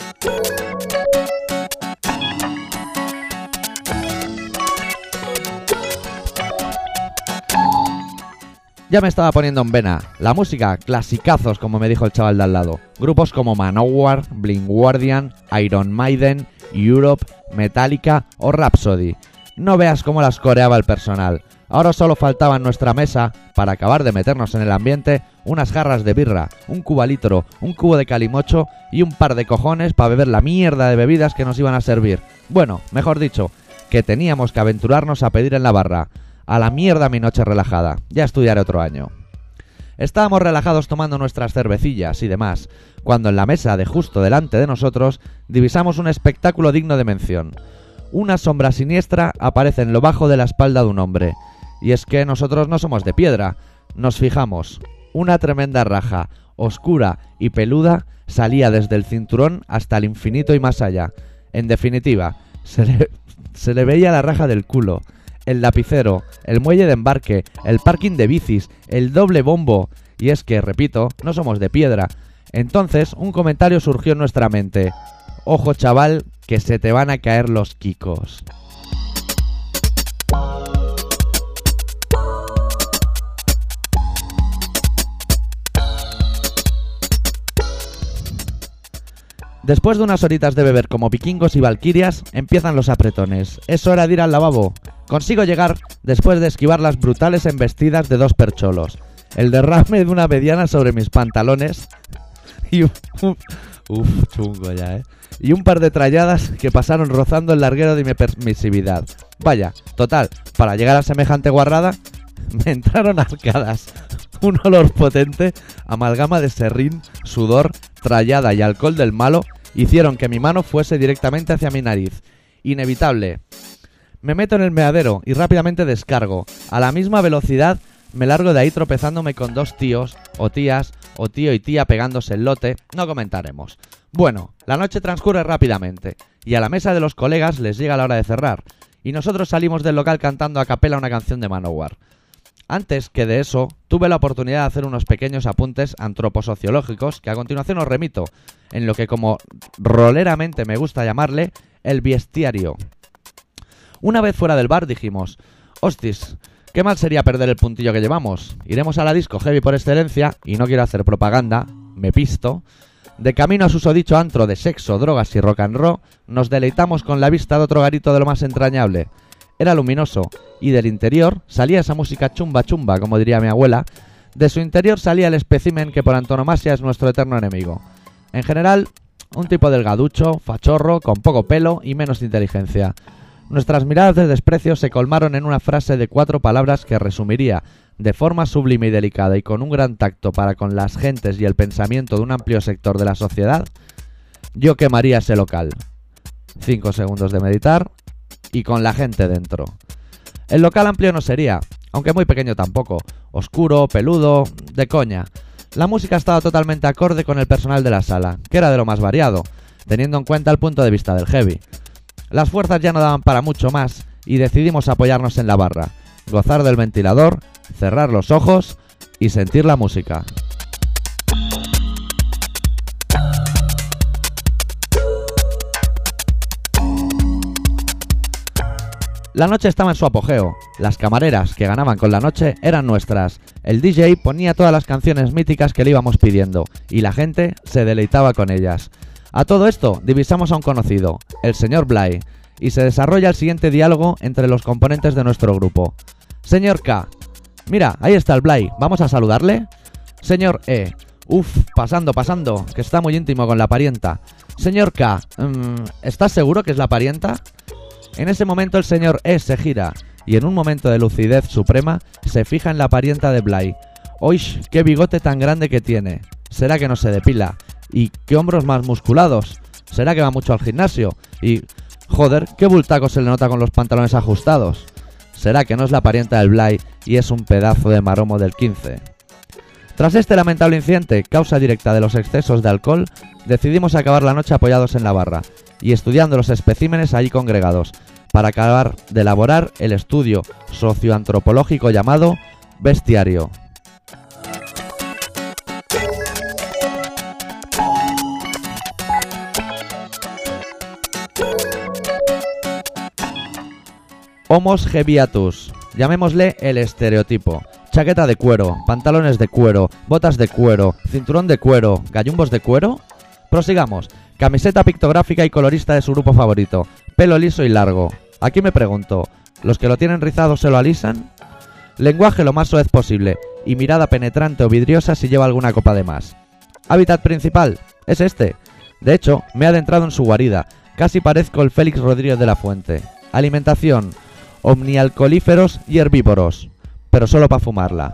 [SPEAKER 2] Ya me estaba poniendo en vena. La música, clasicazos, como me dijo el chaval de al lado. Grupos como Manowar, Blind Guardian, Iron Maiden, Europe, Metallica o Rhapsody. No veas cómo las coreaba el personal. Ahora solo faltaba en nuestra mesa, para acabar de meternos en el ambiente, unas jarras de birra, un cubalitro, un cubo de calimocho y un par de cojones para beber la mierda de bebidas que nos iban a servir. Bueno, mejor dicho, que teníamos que aventurarnos a pedir en la barra. A la mierda mi noche relajada, ya estudiaré otro año. Estábamos relajados tomando nuestras cervecillas y demás, cuando en la mesa de justo delante de nosotros divisamos un espectáculo digno de mención. Una sombra siniestra aparece en lo bajo de la espalda de un hombre. Y es que nosotros no somos de piedra. Nos fijamos. Una tremenda raja, oscura y peluda, salía desde el cinturón hasta el infinito y más allá. En definitiva, se le, se le veía la raja del culo, el lapicero, el muelle de embarque, el parking de bicis, el doble bombo. Y es que, repito, no somos de piedra. Entonces, un comentario surgió en nuestra mente. Ojo, chaval, que se te van a caer los quicos. Después de unas horitas de beber como vikingos y valquirias, empiezan los apretones. Es hora de ir al lavabo. Consigo llegar después de esquivar las brutales embestidas de dos percholos, el derrame de una mediana sobre mis pantalones y un... Uf, chungo ya, ¿eh? Y un par de tralladas que pasaron rozando el larguero de mi permisividad. Vaya, total, para llegar a semejante guarrada, me entraron arcadas. Un olor potente, amalgama de serrín, sudor, trallada y alcohol del malo, hicieron que mi mano fuese directamente hacia mi nariz. Inevitable. Me meto en el meadero y rápidamente descargo. A la misma velocidad me largo de ahí tropezándome con dos tíos, o tías, o tío y tía pegándose el lote, no comentaremos. Bueno, la noche transcurre rápidamente, y a la mesa de los colegas les llega la hora de cerrar, y nosotros salimos del local cantando a capela una canción de Manowar. Antes que de eso, tuve la oportunidad de hacer unos pequeños apuntes antroposociológicos que a continuación os remito, en lo que como roleramente me gusta llamarle, el bestiario. Una vez fuera del bar dijimos, hostis, qué mal sería perder el puntillo que llevamos. Iremos a la disco heavy por excelencia, y no quiero hacer propaganda, me pisto. De camino a susodicho antro de sexo, drogas y rock and roll, nos deleitamos con la vista de otro garito de lo más entrañable. Era luminoso, y del interior salía esa música chumba chumba, como diría mi abuela. De su interior salía el espécimen que por antonomasia es nuestro eterno enemigo. En general, un tipo delgaducho, fachorro, con poco pelo y menos inteligencia. Nuestras miradas de desprecio se colmaron en una frase de cuatro palabras que resumiría, de forma sublime y delicada y con un gran tacto para con las gentes y el pensamiento de un amplio sector de la sociedad: yo quemaría ese local. Cinco segundos de meditar y con la gente dentro. El local amplio no sería, aunque muy pequeño tampoco, oscuro, peludo, de coña. La música estaba totalmente acorde con el personal de la sala, que era de lo más variado, teniendo en cuenta el punto de vista del heavy. Las fuerzas ya no daban para mucho más y decidimos apoyarnos en la barra, gozar del ventilador, cerrar los ojos y sentir la música. La noche estaba en su apogeo. Las camareras que ganaban con la noche eran nuestras. El D J ponía todas las canciones míticas que le íbamos pidiendo y la gente se deleitaba con ellas. A todo esto divisamos a un conocido, el señor Bly, y se desarrolla el siguiente diálogo entre los componentes de nuestro grupo. Señor K, mira, ahí está el Bly, ¿vamos a saludarle? Señor E, uff, pasando, pasando, que está muy íntimo con la parienta. Señor K, mmm, ¿estás seguro que es la parienta? En ese momento el señor E se gira y en un momento de lucidez suprema se fija en la parienta de Bly. ¡Oish! ¡Qué bigote tan grande que tiene! ¿Será que no se depila? ¿Y qué hombros más musculados? ¿Será que va mucho al gimnasio? Y... joder, qué bultaco se le nota con los pantalones ajustados. ¿Será que no es la parienta del Bly y es un pedazo de maromo del quince? Tras este lamentable incidente, causa directa de los excesos de alcohol, decidimos acabar la noche apoyados en la barra y estudiando los especímenes allí congregados, para acabar de elaborar el estudio socioantropológico llamado bestiario. Homos hebiatus, llamémosle el estereotipo. Chaqueta de cuero, pantalones de cuero, botas de cuero, cinturón de cuero, gallumbos de cuero. Prosigamos. Camiseta pictográfica y colorista de su grupo favorito. Pelo liso y largo. Aquí me pregunto, ¿los que lo tienen rizado se lo alisan? Lenguaje lo más soez posible y mirada penetrante o vidriosa si lleva alguna copa de más. Hábitat principal, es este. De hecho, me he adentrado en su guarida. Casi parezco el Félix Rodríguez de la Fuente. Alimentación, omnialcohóliferos y herbívoros, pero solo para fumarla.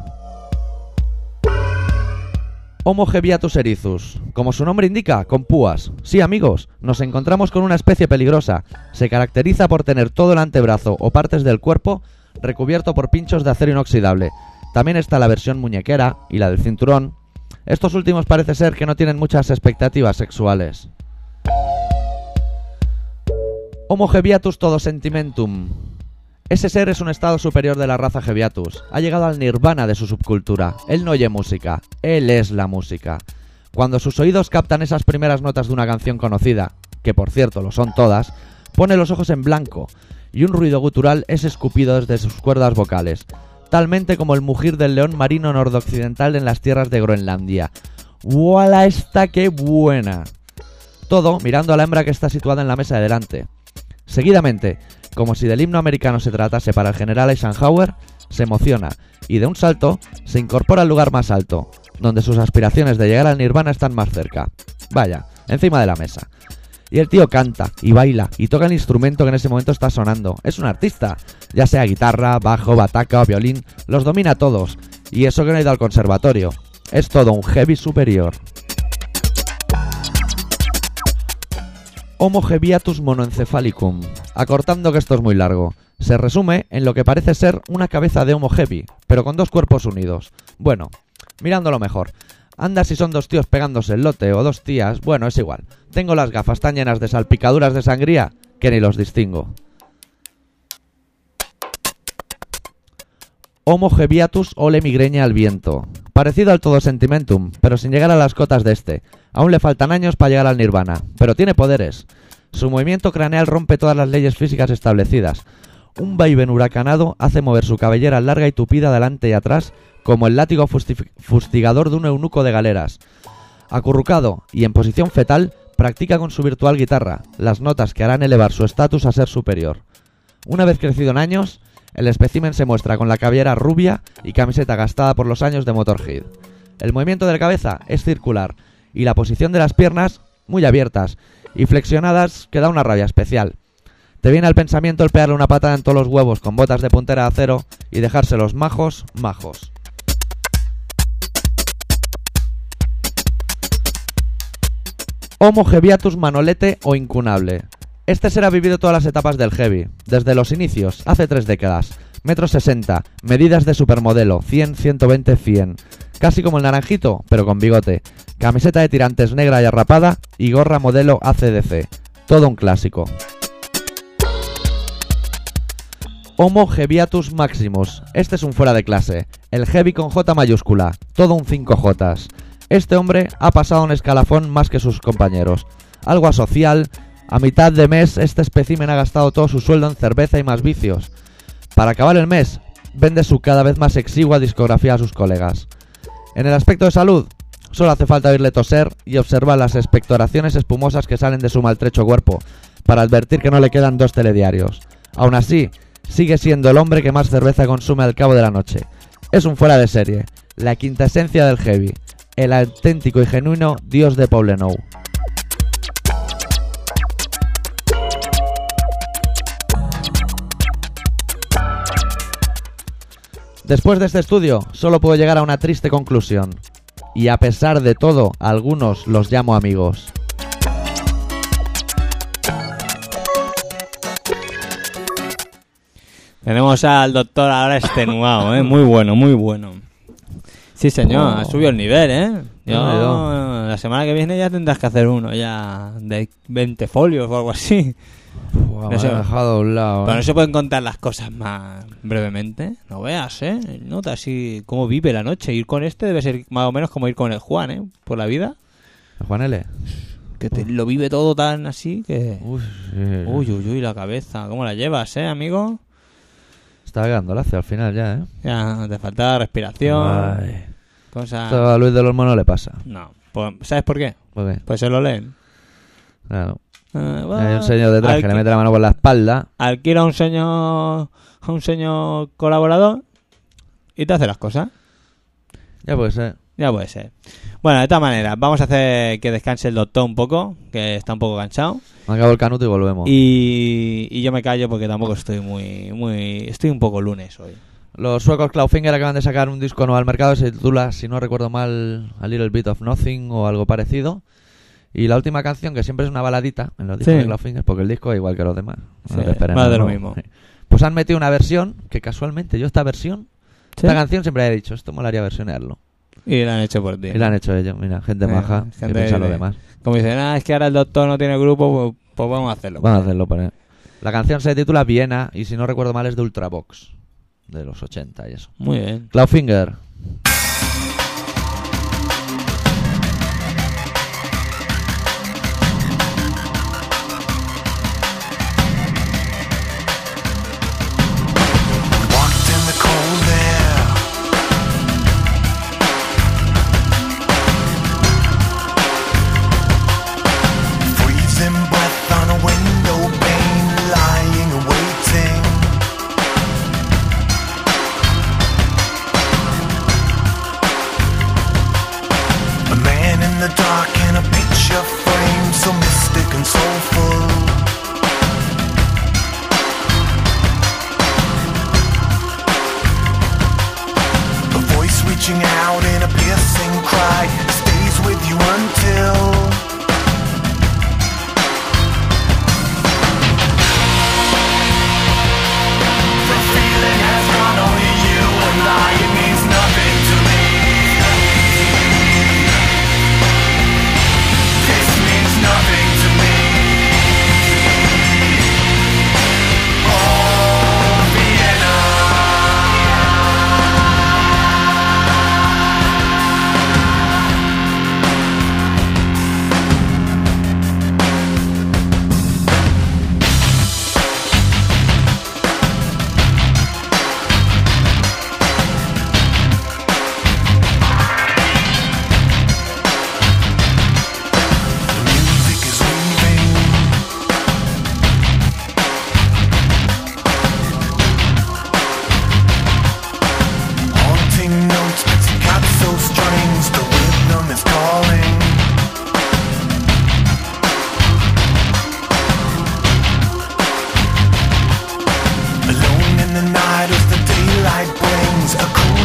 [SPEAKER 2] Homo hebiatus erizus, como su nombre indica, con púas. Sí, amigos, nos encontramos con una especie peligrosa. Se caracteriza por tener todo el antebrazo o partes del cuerpo recubierto por pinchos de acero inoxidable. También está la versión muñequera y la del cinturón. Estos últimos parece ser que no tienen muchas expectativas sexuales. Homo hebiatus todo sentimentum. Ese ser es un estado superior de la raza hebiatus. Ha llegado al nirvana de su subcultura. Él no oye música, él es la música. Cuando sus oídos captan esas primeras notas de una canción conocida, que por cierto lo son todas, pone los ojos en blanco y un ruido gutural es escupido desde sus cuerdas vocales, talmente como el mugir del león marino nordoccidental en las tierras de Groenlandia. ¡Wala esta qué buena! Todo mirando a la hembra que está situada en la mesa de delante. Seguidamente, como si del himno americano se tratase para el general Eisenhower, se emociona y de un salto se incorpora al lugar más alto, donde sus aspiraciones de llegar al nirvana están más cerca. Vaya, encima de la mesa. Y el tío canta y baila y toca el instrumento que en ese momento está sonando. Es un artista, ya sea guitarra, bajo, bataca o violín, los domina todos. Y eso que no ha ido al conservatorio. Es todo un heavy superior. Homo hebiatus monoencephalicum, acortando que esto es muy largo. Se resume en lo que parece ser una cabeza de Homo heavy, pero con dos cuerpos unidos. Bueno, mirándolo mejor. Anda si son dos tíos pegándose el lote o dos tías, bueno, es igual. Tengo las gafas tan llenas de salpicaduras de sangría que ni los distingo. Homo Hebiatus Ole Migreña al viento. Parecido al Todo Sentimentum, pero sin llegar a las cotas de este. Aún le faltan años para llegar al nirvana, pero tiene poderes. Su movimiento craneal rompe todas las leyes físicas establecidas. Un vaivén huracanado hace mover su cabellera larga y tupida adelante y atrás, como el látigo fusti- fustigador de un eunuco de galeras. Acurrucado y en posición fetal, practica con su virtual guitarra las notas que harán elevar su estatus a ser superior. Una vez crecido en años, el espécimen se muestra con la cabellera rubia y camiseta gastada por los años de Motorhead. El movimiento de la cabeza es circular y la posición de las piernas muy abiertas y flexionadas que da una rabia especial. Te viene al pensamiento el pegarle una patada en todos los huevos con botas de puntera de acero y dejárselos majos, majos. Homo Hebiatus Manolete o Incunable. Este ser ha vivido todas las etapas del heavy, desde los inicios, hace tres décadas, metro sesenta, medidas de supermodelo, cien, ciento veinte, cien, casi como el Naranjito, pero con bigote, camiseta de tirantes negra y arrapada y gorra modelo A C D C, todo un clásico. Homo Hebiatus Maximus, este es un fuera de clase, el heavy con J mayúscula, todo un cinco jotas. Este hombre ha pasado un escalafón más que sus compañeros, algo asocial. A mitad de mes este espécimen ha gastado todo su sueldo en cerveza y más vicios. Para acabar el mes, vende su cada vez más exigua discografía a sus colegas. En el aspecto de salud, solo hace falta oírle toser y observar las expectoraciones espumosas que salen de su maltrecho cuerpo para advertir que no le quedan dos telediarios. Aún así, sigue siendo el hombre que más cerveza consume al cabo de la noche. Es un fuera de serie, la quinta esencia del heavy, el auténtico y genuino dios de Poblenou. Después de este estudio, solo puedo llegar a una triste conclusión. Y a pesar de todo, algunos los llamo amigos.
[SPEAKER 1] Tenemos al doctor ahora extenuado, ¿eh? Muy bueno, muy bueno. Sí, señor,
[SPEAKER 2] Oh.
[SPEAKER 1] ha subido el nivel, ¿eh? Yo,
[SPEAKER 2] No, no.
[SPEAKER 1] la semana que viene ya tendrás que hacer uno, ya de veinte folios o algo así.
[SPEAKER 2] Wow,
[SPEAKER 1] No sé.
[SPEAKER 2] me he dejado a un lado.
[SPEAKER 1] Pero
[SPEAKER 2] ¿eh?
[SPEAKER 1] no se pueden contar las cosas más brevemente. No veas, ¿eh? Nota así cómo vive la noche. Ir con este debe ser más o menos como ir con el Juan, ¿eh? Por la vida.
[SPEAKER 2] Juan L.
[SPEAKER 1] Que te, lo vive todo tan así que...
[SPEAKER 2] Uf, sí.
[SPEAKER 1] Uy, uy, uy, la cabeza. ¿Cómo la llevas, eh, amigo?
[SPEAKER 2] Estaba quedando lacio al final ya, ¿eh?
[SPEAKER 1] Ya, te falta respiración.
[SPEAKER 2] Ay.
[SPEAKER 1] Cosas...
[SPEAKER 2] Esto a Luis del Olmo no le pasa.
[SPEAKER 1] No. Pues, ¿sabes por qué?
[SPEAKER 2] ¿Por qué?
[SPEAKER 1] Pues se lo leen.
[SPEAKER 2] Claro.
[SPEAKER 1] Eh, bueno,
[SPEAKER 2] Hay un señor detrás
[SPEAKER 1] alqui-
[SPEAKER 2] que le mete la mano por la espalda.
[SPEAKER 1] Alquila a un señor... A un señor colaborador y te hace las cosas.
[SPEAKER 2] Ya puede ser.
[SPEAKER 1] Ya puede ser. Bueno, de todas maneras, vamos a hacer que descanse el doctor un poco, que está un poco cansado.
[SPEAKER 2] Me acabo el canuto y volvemos.
[SPEAKER 1] Y, y yo me callo porque tampoco estoy muy, muy... Estoy un poco lunes hoy.
[SPEAKER 2] Los suecos Clawfinger acaban de sacar un disco nuevo al mercado que se titula, si no recuerdo mal, A Little Bit of Nothing o algo parecido. Y la última canción, que siempre es una baladita en los discos
[SPEAKER 1] Sí.
[SPEAKER 2] de Clawfinger, porque el disco es igual que los demás. No
[SPEAKER 1] Sí,
[SPEAKER 2] te esperes,
[SPEAKER 1] más de
[SPEAKER 2] no,
[SPEAKER 1] lo
[SPEAKER 2] no.
[SPEAKER 1] mismo.
[SPEAKER 2] Pues han metido una versión, que casualmente yo esta versión,
[SPEAKER 1] ¿Sí?
[SPEAKER 2] esta canción siempre había dicho, esto molaría versionearlo.
[SPEAKER 1] Y la han hecho por ti.
[SPEAKER 2] Y la han hecho ellos, mira, gente
[SPEAKER 1] Eh,
[SPEAKER 2] maja,
[SPEAKER 1] gente
[SPEAKER 2] que piensa lo
[SPEAKER 1] de-
[SPEAKER 2] demás.
[SPEAKER 1] Como dicen, ah, es que ahora el doctor no tiene grupo, pues, pues vamos a hacerlo.
[SPEAKER 2] Vamos a hacerlo para él. La canción se titula Viena y si no recuerdo mal es de Ultravox, de los ochenta y eso.
[SPEAKER 1] Muy bien.
[SPEAKER 2] Clawfinger.
[SPEAKER 3] Walked in the cold air. Freezing breath on a window pane, lying and waiting.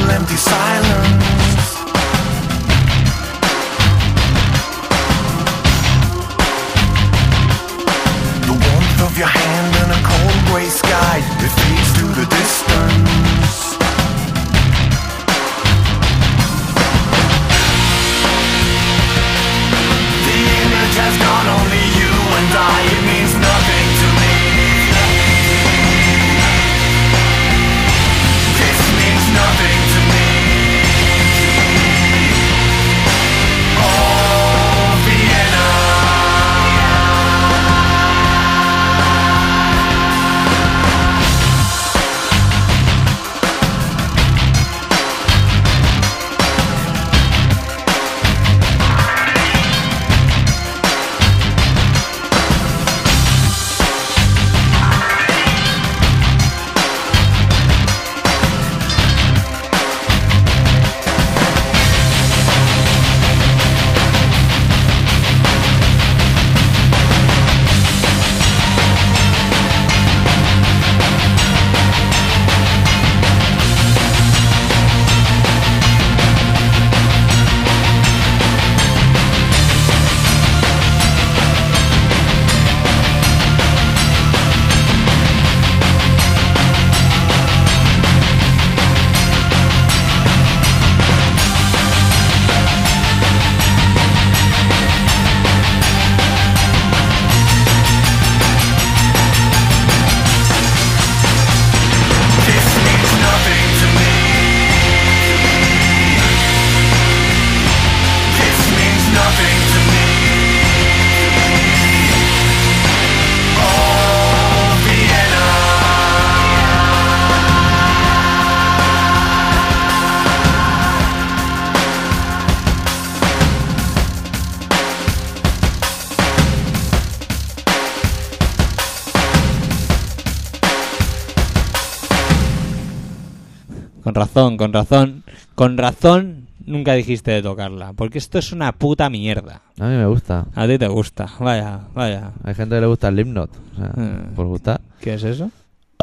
[SPEAKER 3] full empty silence. The warmth of your hand in a cold gray sky, it fades to the distance. The image has gone, only you and I, it means nothing to me. This means nothing to me. Oh, Vienna.
[SPEAKER 1] Con razón, con razón, con razón nunca dijiste de tocarla, porque esto es una puta mierda.
[SPEAKER 2] A mí me gusta.
[SPEAKER 1] A ti te gusta, vaya, vaya.
[SPEAKER 2] Hay gente que le gusta el Slipknot. O sea,
[SPEAKER 1] Eh.
[SPEAKER 2] por gustar.
[SPEAKER 1] ¿Qué es eso?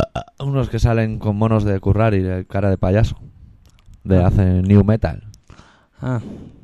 [SPEAKER 2] Unos que salen con monos de currar y de cara de payaso. De hacen new metal.
[SPEAKER 1] Ah,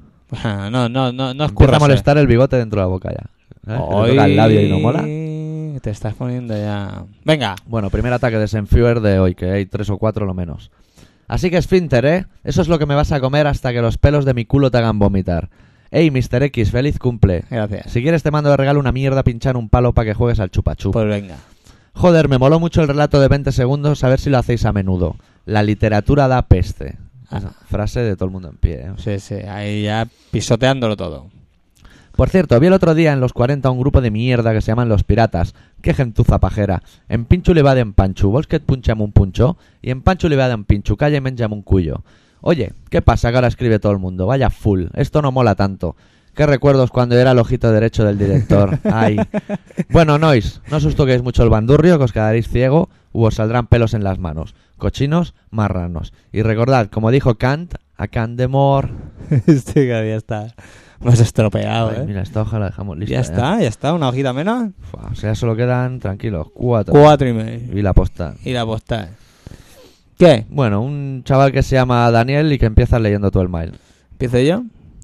[SPEAKER 1] no, no, no, no
[SPEAKER 2] Empieza
[SPEAKER 1] escurras.
[SPEAKER 2] a molestar el bigote dentro de la boca ya. ¿Sabes? Que le
[SPEAKER 1] Hoy
[SPEAKER 2] toca el labio y no mola.
[SPEAKER 1] te estás poniendo ya. Venga.
[SPEAKER 2] Bueno, primer ataque de Senfuer de hoy, que hay tres o cuatro lo menos. Así que esfínter, ¿eh? Eso es lo que me vas a comer hasta que los pelos de mi culo te hagan vomitar. Ey, mister X, feliz cumple.
[SPEAKER 1] Gracias.
[SPEAKER 2] Si quieres te mando de regalo una mierda pinchar un palo para que juegues al chupachup.
[SPEAKER 1] Pues venga.
[SPEAKER 2] Joder, me moló mucho el relato de veinte segundos, a ver si lo hacéis a menudo. La literatura da peste.
[SPEAKER 1] Ah.
[SPEAKER 2] Esa frase de todo el mundo en pie, ¿eh?
[SPEAKER 1] Sí, sí, ahí ya pisoteándolo todo.
[SPEAKER 2] Por cierto, vi el otro día en los cuarenta un grupo de mierda que se llaman Los Piratas. Qué gentuza pajera. En pinxo li va d'en Panxo, vols que et punxem un punxó? Y en Panxo li va d'en Pinxo, calla y menja'm un cuyo. Oye, ¿qué pasa que ahora escribe todo el mundo? Vaya full, esto no mola tanto. Qué recuerdos cuando era el ojito derecho del director. Ay. Bueno, nois, no os toquéis mucho el bandurrio, que os quedaréis ciego u os saldrán pelos en las manos. Cochinos, marranos. Y recordad, como dijo Kant, a Kant de more.
[SPEAKER 1] Este cada día está más estropeado,
[SPEAKER 2] Ay,
[SPEAKER 1] ¿eh?
[SPEAKER 2] mira, esta hoja la dejamos lista.
[SPEAKER 1] Ya está, ya está, una hojita menos.
[SPEAKER 2] Fua, o sea, solo quedan, tranquilos, cuatro.
[SPEAKER 1] Cuatro y medio.
[SPEAKER 2] Y la postal.
[SPEAKER 1] Y la postal. ¿Qué?
[SPEAKER 2] Bueno, un chaval que se llama Daniel y que empieza leyendo todo el mail.
[SPEAKER 1] ¿Empiezo yo?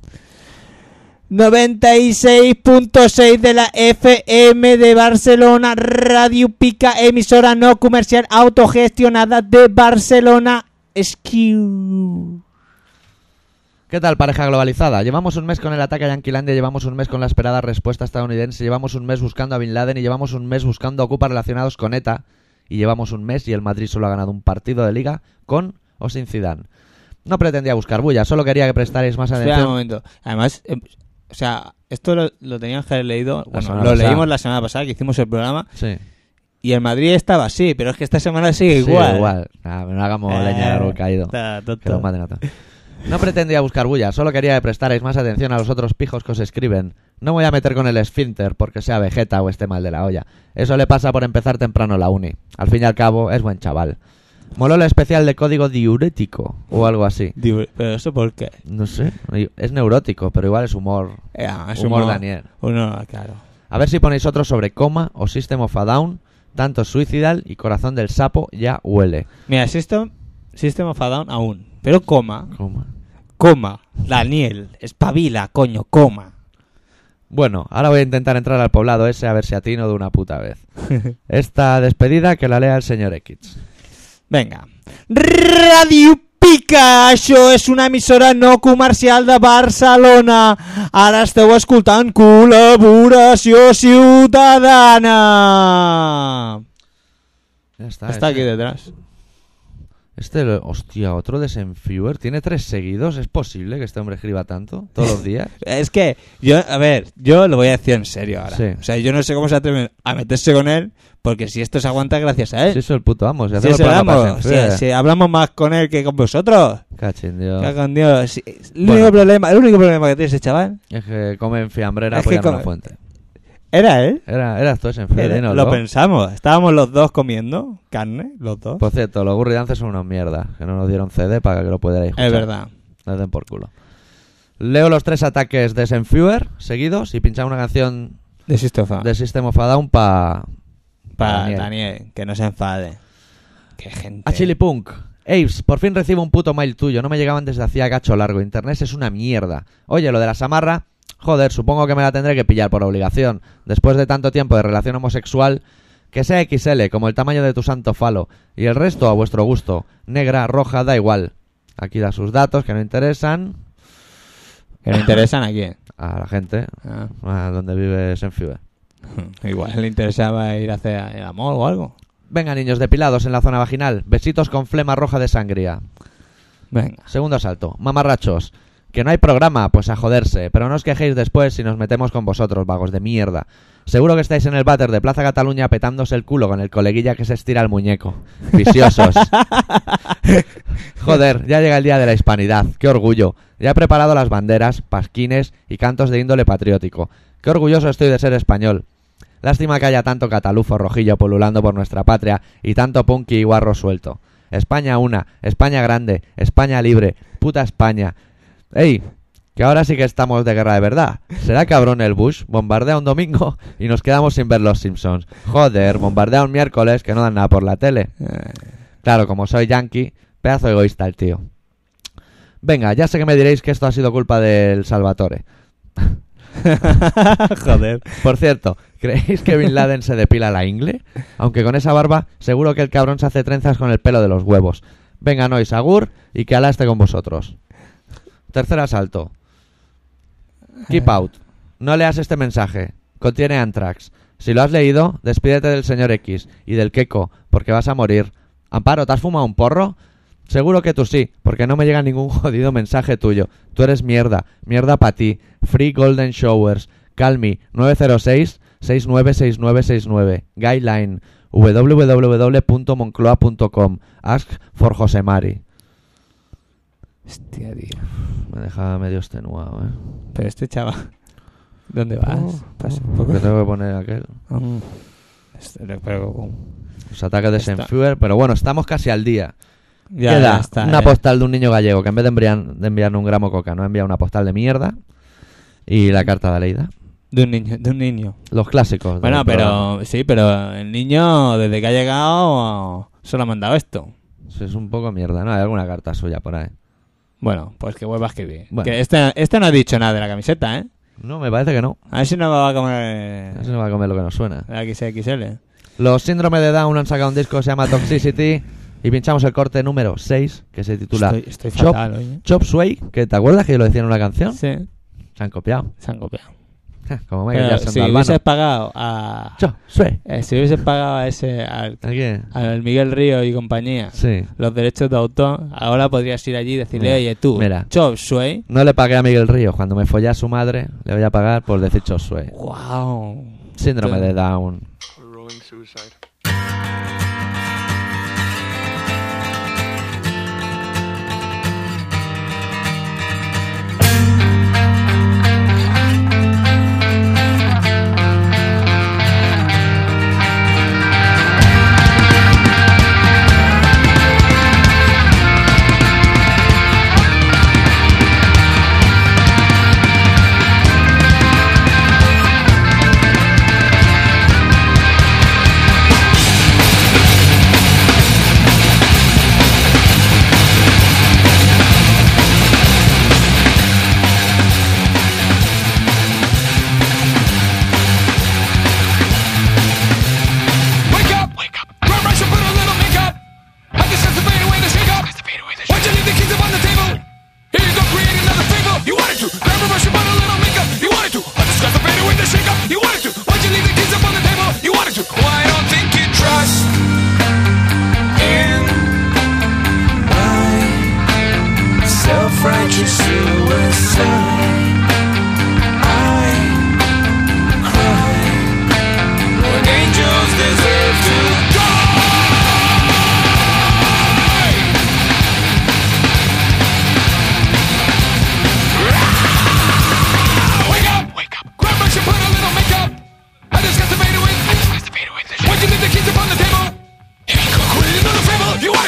[SPEAKER 1] noventa y seis punto seis de la F M de Barcelona, Radio Pica, emisora no comercial autogestionada de Barcelona. Skew.
[SPEAKER 2] ¿Qué tal, pareja globalizada? Llevamos un mes con el ataque a Yanquilandia, llevamos un mes con la esperada respuesta estadounidense, llevamos un mes buscando a Bin Laden y llevamos un mes buscando a Ocupa relacionados con ETA. Y llevamos un mes y el Madrid solo ha ganado un partido de liga con o sin Zidane. No pretendía buscar bulla, solo quería que prestarais más
[SPEAKER 1] Espera un
[SPEAKER 2] atención.
[SPEAKER 1] momento. Además, eh, o sea, esto lo, lo teníamos que haber leído. Bueno,
[SPEAKER 2] semana
[SPEAKER 1] lo
[SPEAKER 2] pasada.
[SPEAKER 1] leímos la semana pasada que hicimos el programa.
[SPEAKER 2] Sí,
[SPEAKER 1] Y el Madrid estaba así, pero es que esta semana sigue
[SPEAKER 2] sí,
[SPEAKER 1] igual.
[SPEAKER 2] igual. Nah, no hagamos
[SPEAKER 1] Eh,
[SPEAKER 2] leña de árbol caído.
[SPEAKER 1] está tonto.
[SPEAKER 2] Que lo maten a todos. No pretendía buscar bulla, solo quería que prestarais más atención a los otros pijos que os escriben. No voy a meter con el esfínter porque sea vegeta o esté mal de la olla. Eso le pasa por empezar temprano la uni. Al fin y al cabo, es buen chaval. Moló el especial de código diurético o algo así.
[SPEAKER 1] Digo, ¿pero eso por qué?
[SPEAKER 2] No sé, es neurótico, pero igual es humor.
[SPEAKER 1] Eh, ah, es
[SPEAKER 2] Humor
[SPEAKER 1] humor-
[SPEAKER 2] Daniel.
[SPEAKER 1] Uno, claro.
[SPEAKER 2] A ver si ponéis otro sobre coma o System of a Down, tanto Suicidal y Corazón del Sapo ya huele.
[SPEAKER 1] Mira, System, System of a Down aún. Pero coma,
[SPEAKER 2] ¿Cómo?
[SPEAKER 1] coma. Daniel, espabila, coño, coma.
[SPEAKER 2] Bueno, ahora voy a intentar entrar al poblado ese a ver si atino de una puta vez. Esta despedida que la lea el señor X.
[SPEAKER 1] Vinga. Ràdio Pica, això és una emissora no comercial de Barcelona. Ara esteu escoltant Col·laboració Ciutadana.
[SPEAKER 2] Ya está.
[SPEAKER 1] Está aquí
[SPEAKER 2] ese.
[SPEAKER 1] detrás.
[SPEAKER 2] Este, lo- hostia, otro desenfuer. ¿Tiene tres seguidos? ¿Es posible que este hombre escriba tanto? ¿Todos los días?
[SPEAKER 1] Es que, yo, a ver, yo lo voy a decir en serio ahora.
[SPEAKER 2] Sí.
[SPEAKER 1] O sea, yo no sé cómo se atreven a meterse con él, porque si esto se aguanta gracias a él.
[SPEAKER 2] Sí, soy el puto amo. Si
[SPEAKER 1] Si,
[SPEAKER 2] hacemos
[SPEAKER 1] eso
[SPEAKER 2] el programa para
[SPEAKER 1] hablamos,
[SPEAKER 2] Desenfuer.
[SPEAKER 1] si- si hablamos más con él que con vosotros.
[SPEAKER 2] Cachín, Dios.
[SPEAKER 1] Cago en Dios. Si- el,
[SPEAKER 2] Bueno.
[SPEAKER 1] único problema, el único problema que tiene ese chaval
[SPEAKER 2] Es que come en fiambrera
[SPEAKER 1] Es que
[SPEAKER 2] apoyando
[SPEAKER 1] come-
[SPEAKER 2] una fuente.
[SPEAKER 1] era él.
[SPEAKER 2] Era, eras tú Desenfuer,
[SPEAKER 1] Era-
[SPEAKER 2] dínoslo.
[SPEAKER 1] lo pensamos. Estábamos los dos comiendo carne, los dos.
[SPEAKER 2] Por cierto, los Gurri Dance son unos mierdas. Que no nos dieron C D para que lo pudierais escuchar.
[SPEAKER 1] Es verdad.
[SPEAKER 2] Les den por culo. Leo los tres ataques de Desenfuer seguidos y pinchamos una canción
[SPEAKER 1] De Sistofa.
[SPEAKER 2] de System of a Down para
[SPEAKER 1] Para
[SPEAKER 2] Daniel.
[SPEAKER 1] Daniel. que no se enfade. Qué gente.
[SPEAKER 2] A Chili Punk. Aves, por fin recibo un puto mail tuyo. No me llegaban desde hacía gacho largo. Internet es una mierda. Oye, lo de la Samarra, joder, supongo que me la tendré que pillar por obligación. Después de tanto tiempo de relación homosexual, que sea equis ele, como el tamaño de tu santo falo. Y el resto a vuestro gusto. Negra, roja, da igual. Aquí da sus datos que no interesan
[SPEAKER 1] Que le interesan a quién.
[SPEAKER 2] a la gente,
[SPEAKER 1] Ah,
[SPEAKER 2] a donde vive Desenfuer.
[SPEAKER 1] igual le interesaba ir a hacer el amor o algo.
[SPEAKER 2] Venga, niños depilados en la zona vaginal. Besitos con flema roja de sangría.
[SPEAKER 1] Venga.
[SPEAKER 2] Segundo asalto. Mamarrachos. Que no hay programa, pues a joderse. Pero no os quejéis después si nos metemos con vosotros, vagos de mierda. Seguro que estáis en el váter de Plaza Cataluña petándose el culo con el coleguilla que se estira el muñeco. Viciosos. Joder, ya llega el día de la hispanidad. Qué orgullo. Ya he preparado las banderas, pasquines y cantos de índole patriótico. Qué orgulloso estoy de ser español. Lástima que haya tanto catalufo rojillo pululando por nuestra patria y tanto punky y guarro suelto. España una, España grande, España libre, puta España. ¡Ey! Que ahora sí que estamos de guerra de verdad. ¿Será cabrón el Bush? Bombardea un domingo y nos quedamos sin ver los Simpsons. Joder, bombardea un miércoles que no dan nada por la tele. Claro, como soy yankee, pedazo egoísta el tío. Venga, ya sé que me diréis que esto ha sido culpa del Salvatore.
[SPEAKER 1] Joder.
[SPEAKER 2] Por cierto, ¿creéis que Bin Laden se depila la ingle? Aunque con esa barba, seguro que el cabrón se hace trenzas con el pelo de los huevos. Venga, no, Isagur, y que Alá esté con vosotros. Tercer asalto. Keep out. No leas este mensaje. Contiene Anthrax. Si lo has leído, despídete del señor X y del Keko, porque vas a morir. Amparo, ¿te has fumado un porro? Seguro que tú sí, porque no me llega ningún jodido mensaje tuyo. Tú eres mierda. Mierda para ti. Free Golden Showers. Call me. nueve cero seis, seis nueve seis nueve seis nueve. Guideline. w w w punto moncloa punto com. Ask for Josemari.
[SPEAKER 1] Hostia, tío.
[SPEAKER 2] Me deja medio extenuado, ¿eh?
[SPEAKER 1] Pero este chaval, ¿dónde vas?
[SPEAKER 2] Oh,
[SPEAKER 1] Pasa un
[SPEAKER 2] oh,
[SPEAKER 1] poco.
[SPEAKER 2] que tengo que poner aquel.
[SPEAKER 1] Mm. Este, pero,
[SPEAKER 2] Los ataques de
[SPEAKER 1] Está.
[SPEAKER 2] Desenfuer. Pero bueno, estamos casi al día.
[SPEAKER 1] ya,
[SPEAKER 2] Queda
[SPEAKER 1] ya está.
[SPEAKER 2] una
[SPEAKER 1] eh.
[SPEAKER 2] postal de un niño gallego que en vez de enviar, de enviar un gramo coca, no envía una postal de mierda. Y la carta de Aleida.
[SPEAKER 1] De un niño, de un niño.
[SPEAKER 2] Los clásicos.
[SPEAKER 1] Bueno,
[SPEAKER 2] del programa.
[SPEAKER 1] pero sí, pero el niño desde que ha llegado solo ha mandado esto.
[SPEAKER 2] Sí, es un poco mierda, ¿no? Hay alguna carta suya por ahí.
[SPEAKER 1] Bueno, pues que vuelva a escribir.
[SPEAKER 2] Bueno.
[SPEAKER 1] Que este, este no ha dicho nada de la camiseta, ¿eh?
[SPEAKER 2] No, me parece que no.
[SPEAKER 1] A ver si no va a comer
[SPEAKER 2] Eso no va a comer lo que nos suena.
[SPEAKER 1] la equis equis ele.
[SPEAKER 2] Los Síndrome de Down han sacado un disco que se llama Toxicity. Y pinchamos el corte número seis, que se titula
[SPEAKER 1] Estoy, estoy
[SPEAKER 2] Chop,
[SPEAKER 1] fatal hoy, ¿eh?
[SPEAKER 2] Chop Suey. Que ¿te acuerdas que lo decían en una canción?
[SPEAKER 1] Sí,
[SPEAKER 2] Se han copiado.
[SPEAKER 1] se han copiado.
[SPEAKER 2] Como Michael
[SPEAKER 1] Pero
[SPEAKER 2] Jackson
[SPEAKER 1] si
[SPEAKER 2] de Albano.
[SPEAKER 1] hubieses pagado a...
[SPEAKER 2] Chop Suey.
[SPEAKER 1] eh, si hubieses pagado a ese... Al,
[SPEAKER 2] ¿A quién?
[SPEAKER 1] al Miguel Río y compañía
[SPEAKER 2] Sí.
[SPEAKER 1] los derechos de autor, ahora podrías ir allí y decirle,
[SPEAKER 2] Mira,
[SPEAKER 1] oye tú,
[SPEAKER 2] mira.
[SPEAKER 1] Chop Suey.
[SPEAKER 2] No le pagué a Miguel Ríos. Cuando me follé a su madre, le voy a pagar por decir Chop Suey.
[SPEAKER 1] Wow.
[SPEAKER 2] Síndrome
[SPEAKER 1] Sí.
[SPEAKER 2] de Down.
[SPEAKER 3] Rolling suicide.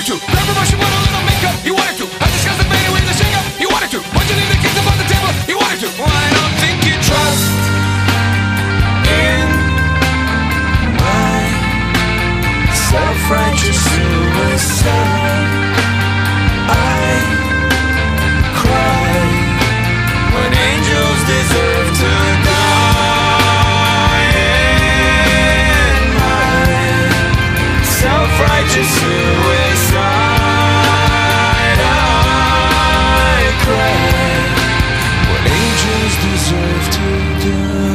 [SPEAKER 4] wanted to. Grab a brush and put a little makeup. You wanted to. I discussed the fade away the shake up. You wanted to. Once you leave the kids up on the table. You wanted to. Well, I don't think you trust in my self-righteous suicide. I cry when angels deserve to die. In my self-righteous suicide, I cry when angels deserve to die.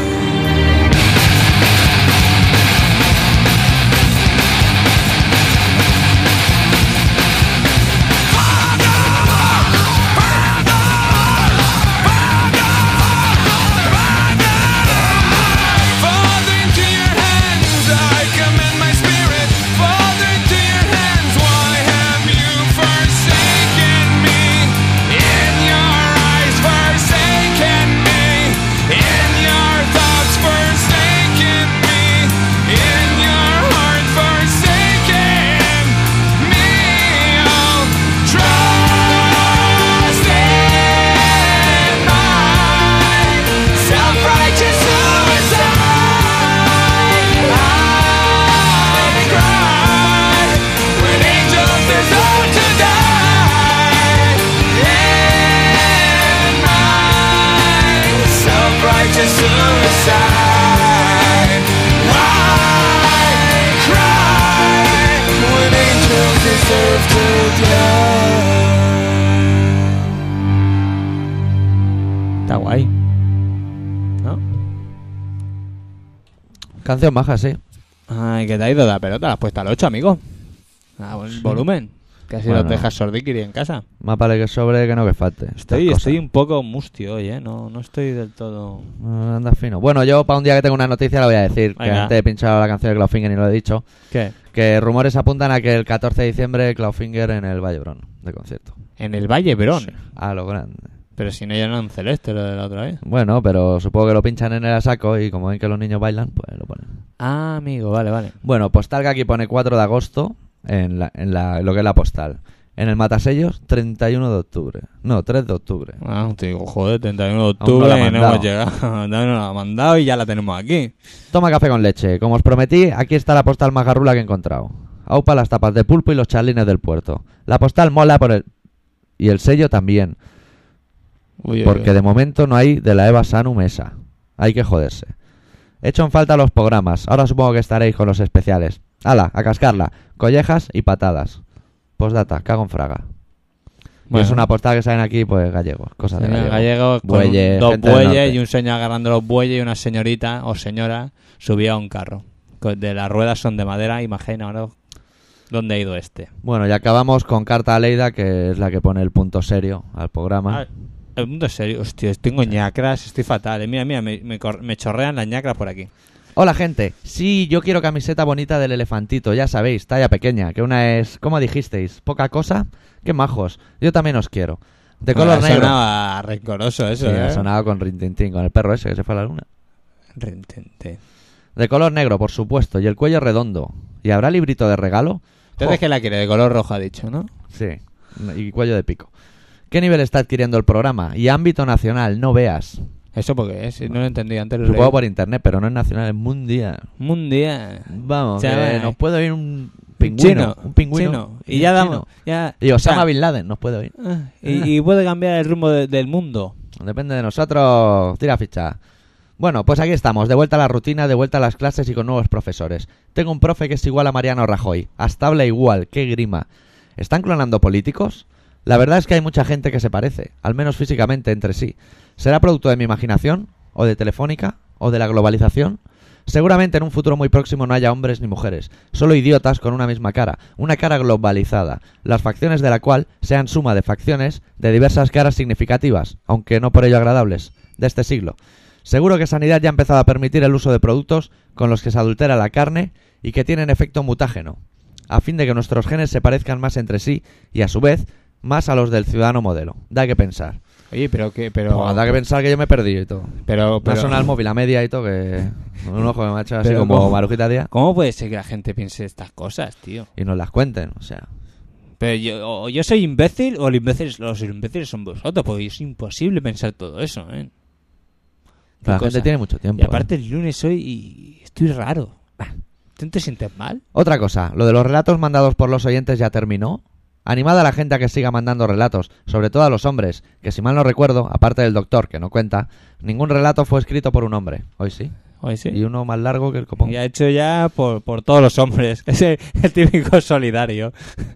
[SPEAKER 4] Father, into your hands I commend my spirit. Father, into your hands, why have you forsaken me? In your eyes, forsaken me. In your thoughts, forsaken me. In your heart, forsaken me. Oh, trust in my self-righteous suicide. I cry when angels deserve to die. In my self-righteous suicide, I cry when angels deserve to die.
[SPEAKER 1] Está guay. ¿No?
[SPEAKER 2] Canción baja, sí.
[SPEAKER 1] Ay, que te ha ido la pelota. La has puesto al ocho, amigo. Ah, buen volumen. Que así
[SPEAKER 2] Bueno.
[SPEAKER 1] los dejas sordiquiri en casa.
[SPEAKER 2] Más vale que sobre que no que falte.
[SPEAKER 1] Estoy,
[SPEAKER 2] Estas
[SPEAKER 1] estoy
[SPEAKER 2] cosas.
[SPEAKER 1] un poco mustio hoy, ¿eh? No, no estoy del todo...
[SPEAKER 2] Ah, anda fino. Bueno, yo para un día que tengo una noticia la voy a decir. Que
[SPEAKER 1] Venga.
[SPEAKER 2] antes he pinchado la canción de Clawfinger y no lo he dicho.
[SPEAKER 1] ¿Qué?
[SPEAKER 2] Que rumores apuntan a que el catorce de diciembre Clawfinger en el Vallebrón de concierto.
[SPEAKER 1] En el Valle Verón.
[SPEAKER 2] Sí, a lo grande.
[SPEAKER 1] Pero si no llenan celeste lo de la otra vez.
[SPEAKER 2] Bueno, pero supongo que lo pinchan en el saco y como ven que los niños bailan, pues lo ponen.
[SPEAKER 1] Ah, amigo, vale, vale.
[SPEAKER 2] Bueno, postal que aquí pone cuatro de agosto en, la, en la, lo que es la postal. En el Matasellos, treinta y uno de octubre. No, tres de octubre.
[SPEAKER 1] Ah, te digo, joder, treinta y uno de
[SPEAKER 2] Aún no
[SPEAKER 1] octubre
[SPEAKER 2] la ha
[SPEAKER 1] y no
[SPEAKER 2] mandado.
[SPEAKER 1] hemos llegado. No nos la ha mandado y ya la tenemos aquí.
[SPEAKER 2] Toma café con leche. Como os prometí, aquí está la postal más garrula que he encontrado. Aupa las tapas de pulpo y los charlines del puerto. La postal mola por el... Y el sello también.
[SPEAKER 1] Uy, uy,
[SPEAKER 2] Porque
[SPEAKER 1] uy.
[SPEAKER 2] de momento no hay de la Eva Sanum esa. Hay que joderse. He hecho en falta los programas. Ahora supongo que estaréis con los especiales. ¡Hala! A cascarla. Collejas y patadas. Postdata. Cago en fraga. Y
[SPEAKER 1] Bueno.
[SPEAKER 2] es una postal que salen aquí, pues gallegos. Cosas de
[SPEAKER 1] Señor
[SPEAKER 2] gallegos.
[SPEAKER 1] gallegos con
[SPEAKER 2] Bueyes,
[SPEAKER 1] un- dos
[SPEAKER 2] gente del
[SPEAKER 1] bueyes
[SPEAKER 2] norte.
[SPEAKER 1] y un señor agarrando los bueyes y una señorita o señora subía a un carro. Co- De las ruedas son de madera. Imaginaos dónde ha ido este.
[SPEAKER 2] Bueno, y acabamos con Carta a Leida, que es la que pone el punto serio al programa.
[SPEAKER 1] Ah, el mundo es serio. Hostia, tengo ñacras, estoy fatal. eh. Mira, mira, me, me cor- me chorrean las ñacras por aquí.
[SPEAKER 2] Hola, gente. Sí, yo quiero camiseta bonita del elefantito, ya sabéis, talla pequeña. Que una es, ¿cómo dijisteis? ¿Poca cosa? ¡Qué majos! Yo también os quiero. De color
[SPEAKER 1] Bueno,
[SPEAKER 2] negro.
[SPEAKER 1] sonaba rencoroso eso,
[SPEAKER 2] Sí,
[SPEAKER 1] ¿eh?
[SPEAKER 2] ha sonado con Rintintín, con el perro ese que se fue a la luna.
[SPEAKER 1] Rentente.
[SPEAKER 2] De color negro, por supuesto, y el cuello redondo. ¿Y habrá librito de regalo?
[SPEAKER 1] Entonces
[SPEAKER 2] Jo,
[SPEAKER 1] que la quiere de color rojo, ha dicho, ¿no?
[SPEAKER 2] Sí, y cuello de pico. ¿Qué nivel está adquiriendo el programa? Y ámbito nacional, no veas.
[SPEAKER 1] Eso porque es, no lo entendí antes. Lo
[SPEAKER 2] Supongo
[SPEAKER 1] leí.
[SPEAKER 2] por internet, pero no es nacional, es mundial.
[SPEAKER 1] Mundial.
[SPEAKER 2] Vamos,
[SPEAKER 1] O sea,
[SPEAKER 2] que
[SPEAKER 1] eh,
[SPEAKER 2] nos puede oír un pingüino.
[SPEAKER 1] Chino,
[SPEAKER 2] un pingüino.
[SPEAKER 1] chino. Y ya damos.
[SPEAKER 2] chino.
[SPEAKER 1] Ya,
[SPEAKER 2] Y Osama
[SPEAKER 1] o sea,
[SPEAKER 2] Bin Laden nos puede oír.
[SPEAKER 1] ah, y, y puede cambiar el rumbo de- del mundo.
[SPEAKER 2] Depende de nosotros. Tira ficha. Bueno, pues aquí estamos, de vuelta a la rutina, de vuelta a las clases y con nuevos profesores. Tengo un profe que es igual a Mariano Rajoy. Hasta habla igual, qué grima. ¿Están clonando políticos? La verdad es que hay mucha gente que se parece, al menos físicamente entre sí. ¿Será producto de mi imaginación? ¿O de Telefónica? ¿O de la globalización? Seguramente en un futuro muy próximo no haya hombres ni mujeres, solo idiotas con una misma cara, una cara globalizada, las facciones de la cual sean suma de facciones de diversas caras significativas, aunque no por ello agradables, de este siglo. Seguro que Sanidad ya ha empezado a permitir el uso de productos con los que se adultera la carne y que tienen efecto mutágeno, a fin de que nuestros genes se parezcan más entre sí y a su vez más a los del ciudadano modelo. Da que pensar.
[SPEAKER 1] Oye, pero que, pero,
[SPEAKER 2] Pues da que pensar que yo me he perdido y todo.
[SPEAKER 1] pero,
[SPEAKER 2] Me ha
[SPEAKER 1] pero,
[SPEAKER 2] sonado el móvil a media y todo, que un ojo me ha hecho así
[SPEAKER 1] Pero
[SPEAKER 2] como
[SPEAKER 1] ¿cómo?
[SPEAKER 2] Marujita Díaz
[SPEAKER 1] ¿cómo puede ser que la gente piense estas cosas, tío?
[SPEAKER 2] y nos las cuenten, o sea.
[SPEAKER 1] Pero yo, o yo soy imbécil o los imbéciles, los imbéciles son vosotros, porque es imposible pensar todo eso, ¿eh? Qué
[SPEAKER 2] La
[SPEAKER 1] cosa.
[SPEAKER 2] gente tiene mucho tiempo.
[SPEAKER 1] Y aparte
[SPEAKER 2] ¿eh?
[SPEAKER 1] el lunes hoy y estoy raro. ¿Tú no te sientes mal?
[SPEAKER 2] Otra cosa, lo de los relatos mandados por los oyentes ya terminó. Animada a la gente a que siga mandando relatos, sobre todo a los hombres, que si mal no recuerdo, aparte del doctor, que no cuenta, ningún relato fue escrito por un hombre. Hoy sí.
[SPEAKER 1] Hoy sí.
[SPEAKER 2] Y uno más largo que el copón.
[SPEAKER 1] Y ha hecho ya por, por todos los hombres. Es el, el típico solidario.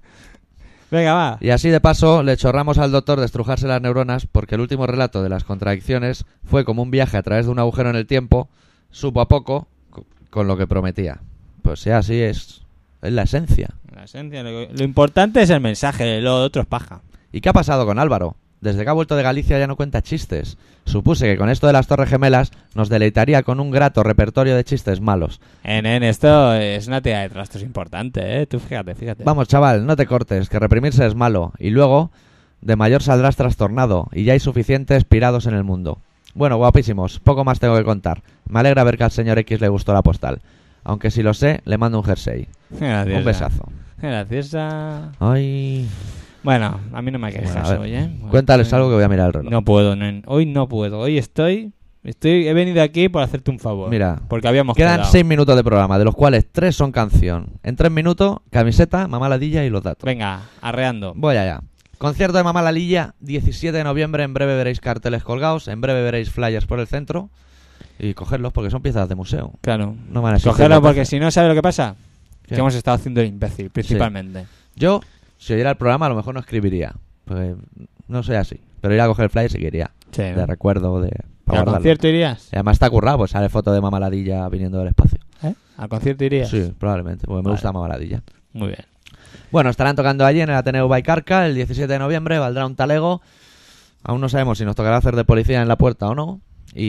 [SPEAKER 1] Venga, va.
[SPEAKER 2] Y así de paso le chorramos al doctor de estrujarse las neuronas porque el último relato de las contradicciones fue como un viaje a través de un agujero en el tiempo, supo a poco co- con lo que prometía. Pues sea así, es, es la esencia.
[SPEAKER 1] La esencia, lo, lo importante es el mensaje, lo otro es paja.
[SPEAKER 2] ¿Y qué ha pasado con Álvaro? Desde que ha vuelto de Galicia ya no cuenta chistes. Supuse que con esto de las Torres Gemelas nos deleitaría con un grato repertorio de chistes malos.
[SPEAKER 1] En, en esto es una tira de trastos importante, ¿eh? Tú fíjate, fíjate.
[SPEAKER 2] Vamos, chaval, no te cortes, que reprimirse es malo. Y luego, de mayor saldrás trastornado, y ya hay suficientes pirados en el mundo. Bueno, guapísimos, poco más tengo que contar. Me alegra ver que al señor X le gustó la postal. Aunque si lo sé, le mando un jersey.
[SPEAKER 1] Graciosa.
[SPEAKER 2] Un besazo.
[SPEAKER 1] Graciosa.
[SPEAKER 2] Ay...
[SPEAKER 1] Bueno, a mí no me quejas,
[SPEAKER 2] Bueno, a ver,
[SPEAKER 1] hoy, ¿eh? Bueno,
[SPEAKER 2] Cuéntales
[SPEAKER 1] eh,
[SPEAKER 2] algo que voy a mirar el reloj.
[SPEAKER 1] No puedo, nen. Hoy no puedo. Hoy estoy... estoy He venido aquí por hacerte un favor.
[SPEAKER 2] Mira,
[SPEAKER 1] porque habíamos
[SPEAKER 2] quedan
[SPEAKER 1] quedado.
[SPEAKER 2] seis minutos de programa, de los cuales tres son canción. En tres minutos, camiseta, mamá ladilla y los datos.
[SPEAKER 1] Venga, arreando.
[SPEAKER 2] Voy allá. Concierto de Mamá Ladilla, diecisiete de noviembre. En breve veréis carteles colgados. En breve veréis flyers por el centro. Y cogerlos porque son piezas de museo.
[SPEAKER 1] Claro.
[SPEAKER 2] No van a existir
[SPEAKER 1] Cogerlo porque
[SPEAKER 2] botas.
[SPEAKER 1] si no, ¿sabes lo que pasa?
[SPEAKER 2] ¿Qué?
[SPEAKER 1] Que hemos estado haciendo el imbécil, principalmente.
[SPEAKER 2] Yo, si oyera el programa, a lo mejor no escribiría. Porque no soy así. Pero ir a coger el flyer sí que iría.
[SPEAKER 1] Sí.
[SPEAKER 2] De recuerdo, de...
[SPEAKER 1] ¿Y
[SPEAKER 2] para
[SPEAKER 1] ¿Al
[SPEAKER 2] guardarlo.
[SPEAKER 1] concierto irías?
[SPEAKER 2] Y además está currado, pues sale foto de Mamá Ladilla viniendo del espacio.
[SPEAKER 1] ¿Eh? ¿Al concierto irías?
[SPEAKER 2] Sí, probablemente, porque me
[SPEAKER 1] Vale.
[SPEAKER 2] gusta Mamá Ladilla.
[SPEAKER 1] Muy bien.
[SPEAKER 2] Bueno, estarán tocando allí en el Ateneo Baicarca el diecisiete de noviembre, valdrá un talego. Aún no sabemos si nos tocará hacer de policía en la puerta o no.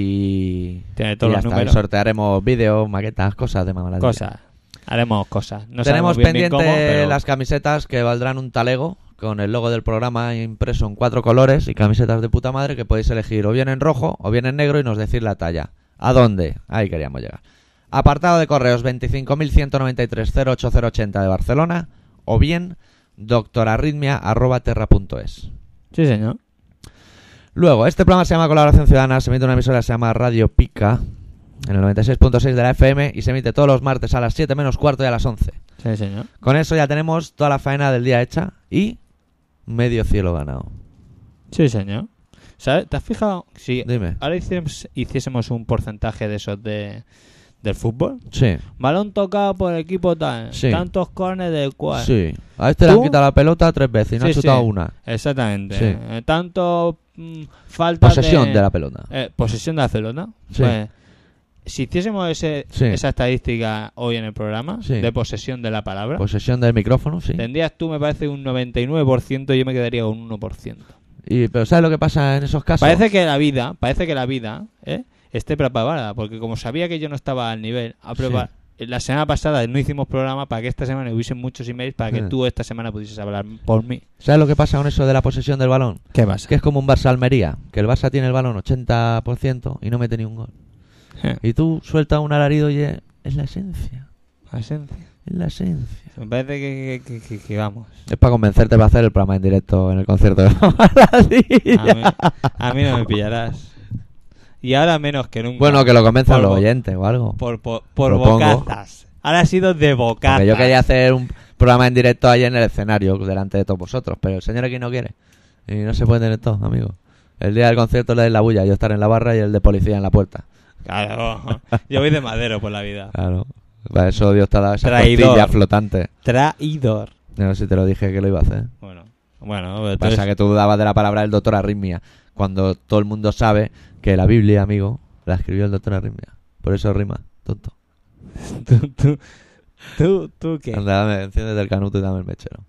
[SPEAKER 2] Y,
[SPEAKER 1] Tiene
[SPEAKER 2] y
[SPEAKER 1] todos
[SPEAKER 2] ya
[SPEAKER 1] los
[SPEAKER 2] está, y
[SPEAKER 1] números.
[SPEAKER 2] sortearemos vídeos, maquetas, cosas de Mamá Ladilla.
[SPEAKER 1] Cosas. Haremos cosas. No
[SPEAKER 2] Tenemos
[SPEAKER 1] sabemos bien, bien
[SPEAKER 2] pendiente
[SPEAKER 1] cómo, pero...
[SPEAKER 2] las camisetas que valdrán un talego con el logo del programa impreso en cuatro colores y camisetas de puta madre que podéis elegir o bien en rojo o bien en negro y nos decir la talla. ¿A dónde? Ahí queríamos llegar. Apartado de correos veinticinco mil ciento noventa y tres cero ocho cero ochenta de Barcelona o bien doctorarritmia arroba terra punto es.
[SPEAKER 1] Sí, señor.
[SPEAKER 2] Luego, este programa se llama Colaboración Ciudadana, se emite en una emisora que se llama Radio Pica en el noventa y seis punto seis de la F M y se emite todos los martes a las siete menos cuarto y a las once.
[SPEAKER 1] Sí, señor.
[SPEAKER 2] Con eso ya tenemos toda la faena del día hecha y medio cielo ganado.
[SPEAKER 1] Sí, señor. ¿Sabes? ¿Te has fijado? Si
[SPEAKER 2] Dime.
[SPEAKER 1] ahora hiciésemos, hiciésemos un porcentaje de esos de del fútbol.
[SPEAKER 2] Sí,
[SPEAKER 1] Balón tocado por el equipo tal.
[SPEAKER 2] Sí.
[SPEAKER 1] Tantos corners del cual.
[SPEAKER 2] sí. A este le han
[SPEAKER 1] ¿Tú?
[SPEAKER 2] quitado la pelota tres veces y no
[SPEAKER 1] Sí,
[SPEAKER 2] ha chutado
[SPEAKER 1] sí.
[SPEAKER 2] una.
[SPEAKER 1] Exactamente.
[SPEAKER 2] Sí.
[SPEAKER 1] Eh, tanto mm, falta
[SPEAKER 2] Posesión
[SPEAKER 1] de...
[SPEAKER 2] de la pelota.
[SPEAKER 1] Eh, posesión de la pelota.
[SPEAKER 2] Sí.
[SPEAKER 1] Pues, si hiciésemos ese,
[SPEAKER 2] Sí.
[SPEAKER 1] esa estadística hoy en el programa
[SPEAKER 2] Sí.
[SPEAKER 1] de posesión de la palabra,
[SPEAKER 2] Posesión del micrófono, sí.
[SPEAKER 1] tendrías tú, me parece, un noventa y nueve por ciento y yo me quedaría con un uno por ciento.
[SPEAKER 2] Y, pero ¿sabes lo que pasa en esos casos?
[SPEAKER 1] Parece que la vida, parece que la vida ¿eh? esté preparada, porque como sabía que yo no estaba al nivel, a preparar. La semana pasada no hicimos programa para que esta semana hubiesen muchos emails para que
[SPEAKER 2] Sí.
[SPEAKER 1] tú esta semana pudieses hablar por mí.
[SPEAKER 2] ¿Sabes lo que pasa con eso de la posesión del balón?
[SPEAKER 1] ¿Qué pasa?
[SPEAKER 2] Que es como un Barça-Almería, que el Barça tiene el balón ochenta por ciento y no mete ni un gol. Y tú sueltas un alarido y es, es la esencia.
[SPEAKER 1] La esencia.
[SPEAKER 2] Es la esencia.
[SPEAKER 1] Me parece que, que, que, que vamos.
[SPEAKER 2] Es para convencerte para hacer el programa en directo en el concierto de Mamá
[SPEAKER 1] A mí,
[SPEAKER 2] Ladilla.
[SPEAKER 1] a mí no me pillarás. Y ahora menos que nunca.
[SPEAKER 2] Bueno, que lo convenzan
[SPEAKER 1] Por
[SPEAKER 2] los
[SPEAKER 1] bo-
[SPEAKER 2] oyentes o algo.
[SPEAKER 1] Por, por, por
[SPEAKER 2] Propongo.
[SPEAKER 1] bocazas. Ahora ha sido de bocazas.
[SPEAKER 2] Porque yo quería hacer un programa en directo ahí en el escenario, delante de todos vosotros, pero el señor aquí no quiere. Y no se puede tener todo, amigo. El día del concierto le den la bulla, yo estar en la barra y el de policía en la puerta.
[SPEAKER 1] Claro. Yo voy de madero por la vida.
[SPEAKER 2] Claro. Para eso Dios te ha dado esa
[SPEAKER 1] Traidor.
[SPEAKER 2] costilla flotante.
[SPEAKER 1] Traidor.
[SPEAKER 2] No sé si te lo dije que lo iba a hacer.
[SPEAKER 1] Bueno, bueno. Entonces,
[SPEAKER 2] Pasa que tú dudabas de la palabra del doctor Arritmia, cuando todo el mundo sabe que la Biblia, amigo, la escribió el doctor Arritmia. Por eso rima, tonto.
[SPEAKER 1] tú, tú, tú, tú, ¿qué?
[SPEAKER 2] Anda, dame, enciéndete el canuto y dame el mechero.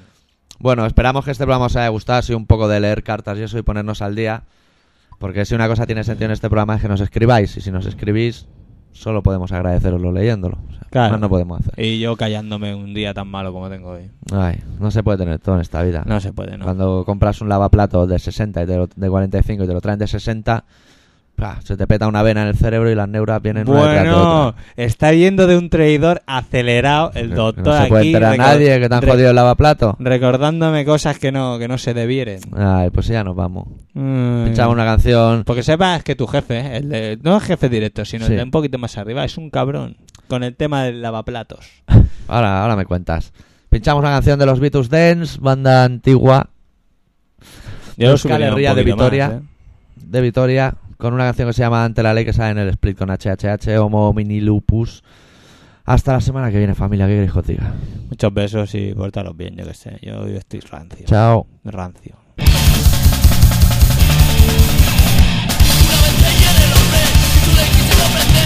[SPEAKER 2] Bueno, esperamos que este programa os haya gustado, así un poco de leer cartas y eso y ponernos al día. Porque si una cosa tiene sentido en este programa es que nos escribáis. Y si nos escribís, solo podemos agradeceroslo leyéndolo. O sea,
[SPEAKER 1] Claro.
[SPEAKER 2] más no podemos hacer.
[SPEAKER 1] Y yo callándome un día tan malo como tengo hoy.
[SPEAKER 2] Ay, no se puede tener todo en esta vida.
[SPEAKER 1] No se puede, ¿no?
[SPEAKER 2] Cuando compras un lavaplatos de sesenta y te lo- de cuarenta y cinco y te lo traen de sesenta, Pah, se te peta una vena en el cerebro y las neuras vienen una detrás de
[SPEAKER 1] Bueno,
[SPEAKER 2] otra.
[SPEAKER 1] está yendo de un traidor acelerado el
[SPEAKER 2] Que-
[SPEAKER 1] doctor
[SPEAKER 2] que no se
[SPEAKER 1] aquí.
[SPEAKER 2] puede enterar
[SPEAKER 1] recor-
[SPEAKER 2] nadie que te han
[SPEAKER 1] re-
[SPEAKER 2] jodido el lavaplato.
[SPEAKER 1] Recordándome cosas que no, que no se debieren.
[SPEAKER 2] Ay, pues ya nos vamos.
[SPEAKER 1] Mm.
[SPEAKER 2] Pinchamos una canción.
[SPEAKER 1] Porque sepas que tu jefe, ¿eh? el de, no el jefe directo, sino
[SPEAKER 2] Sí.
[SPEAKER 1] el de un poquito más arriba, es un cabrón. Con el tema del lavaplatos.
[SPEAKER 2] Ahora, ahora me cuentas. Pinchamos una canción de los Vitus Dance, banda antigua
[SPEAKER 1] Yo lo
[SPEAKER 2] Euskal
[SPEAKER 1] subiría un
[SPEAKER 2] Herria de
[SPEAKER 1] poquito
[SPEAKER 2] Vitoria.
[SPEAKER 1] más, ¿eh?
[SPEAKER 2] de Vitoria, con una canción que se llama Ante la Ley, que sale en el split con H H H, Homo Mini Lupus. Hasta la semana que viene, familia, que queréis que os diga.
[SPEAKER 1] Muchos besos y portaros bien, yo que sé. Yo hoy estoy rancio.
[SPEAKER 2] Chao.
[SPEAKER 1] Rancio.
[SPEAKER 5] Una vez te llene el hombre y tú le quites ofrecer.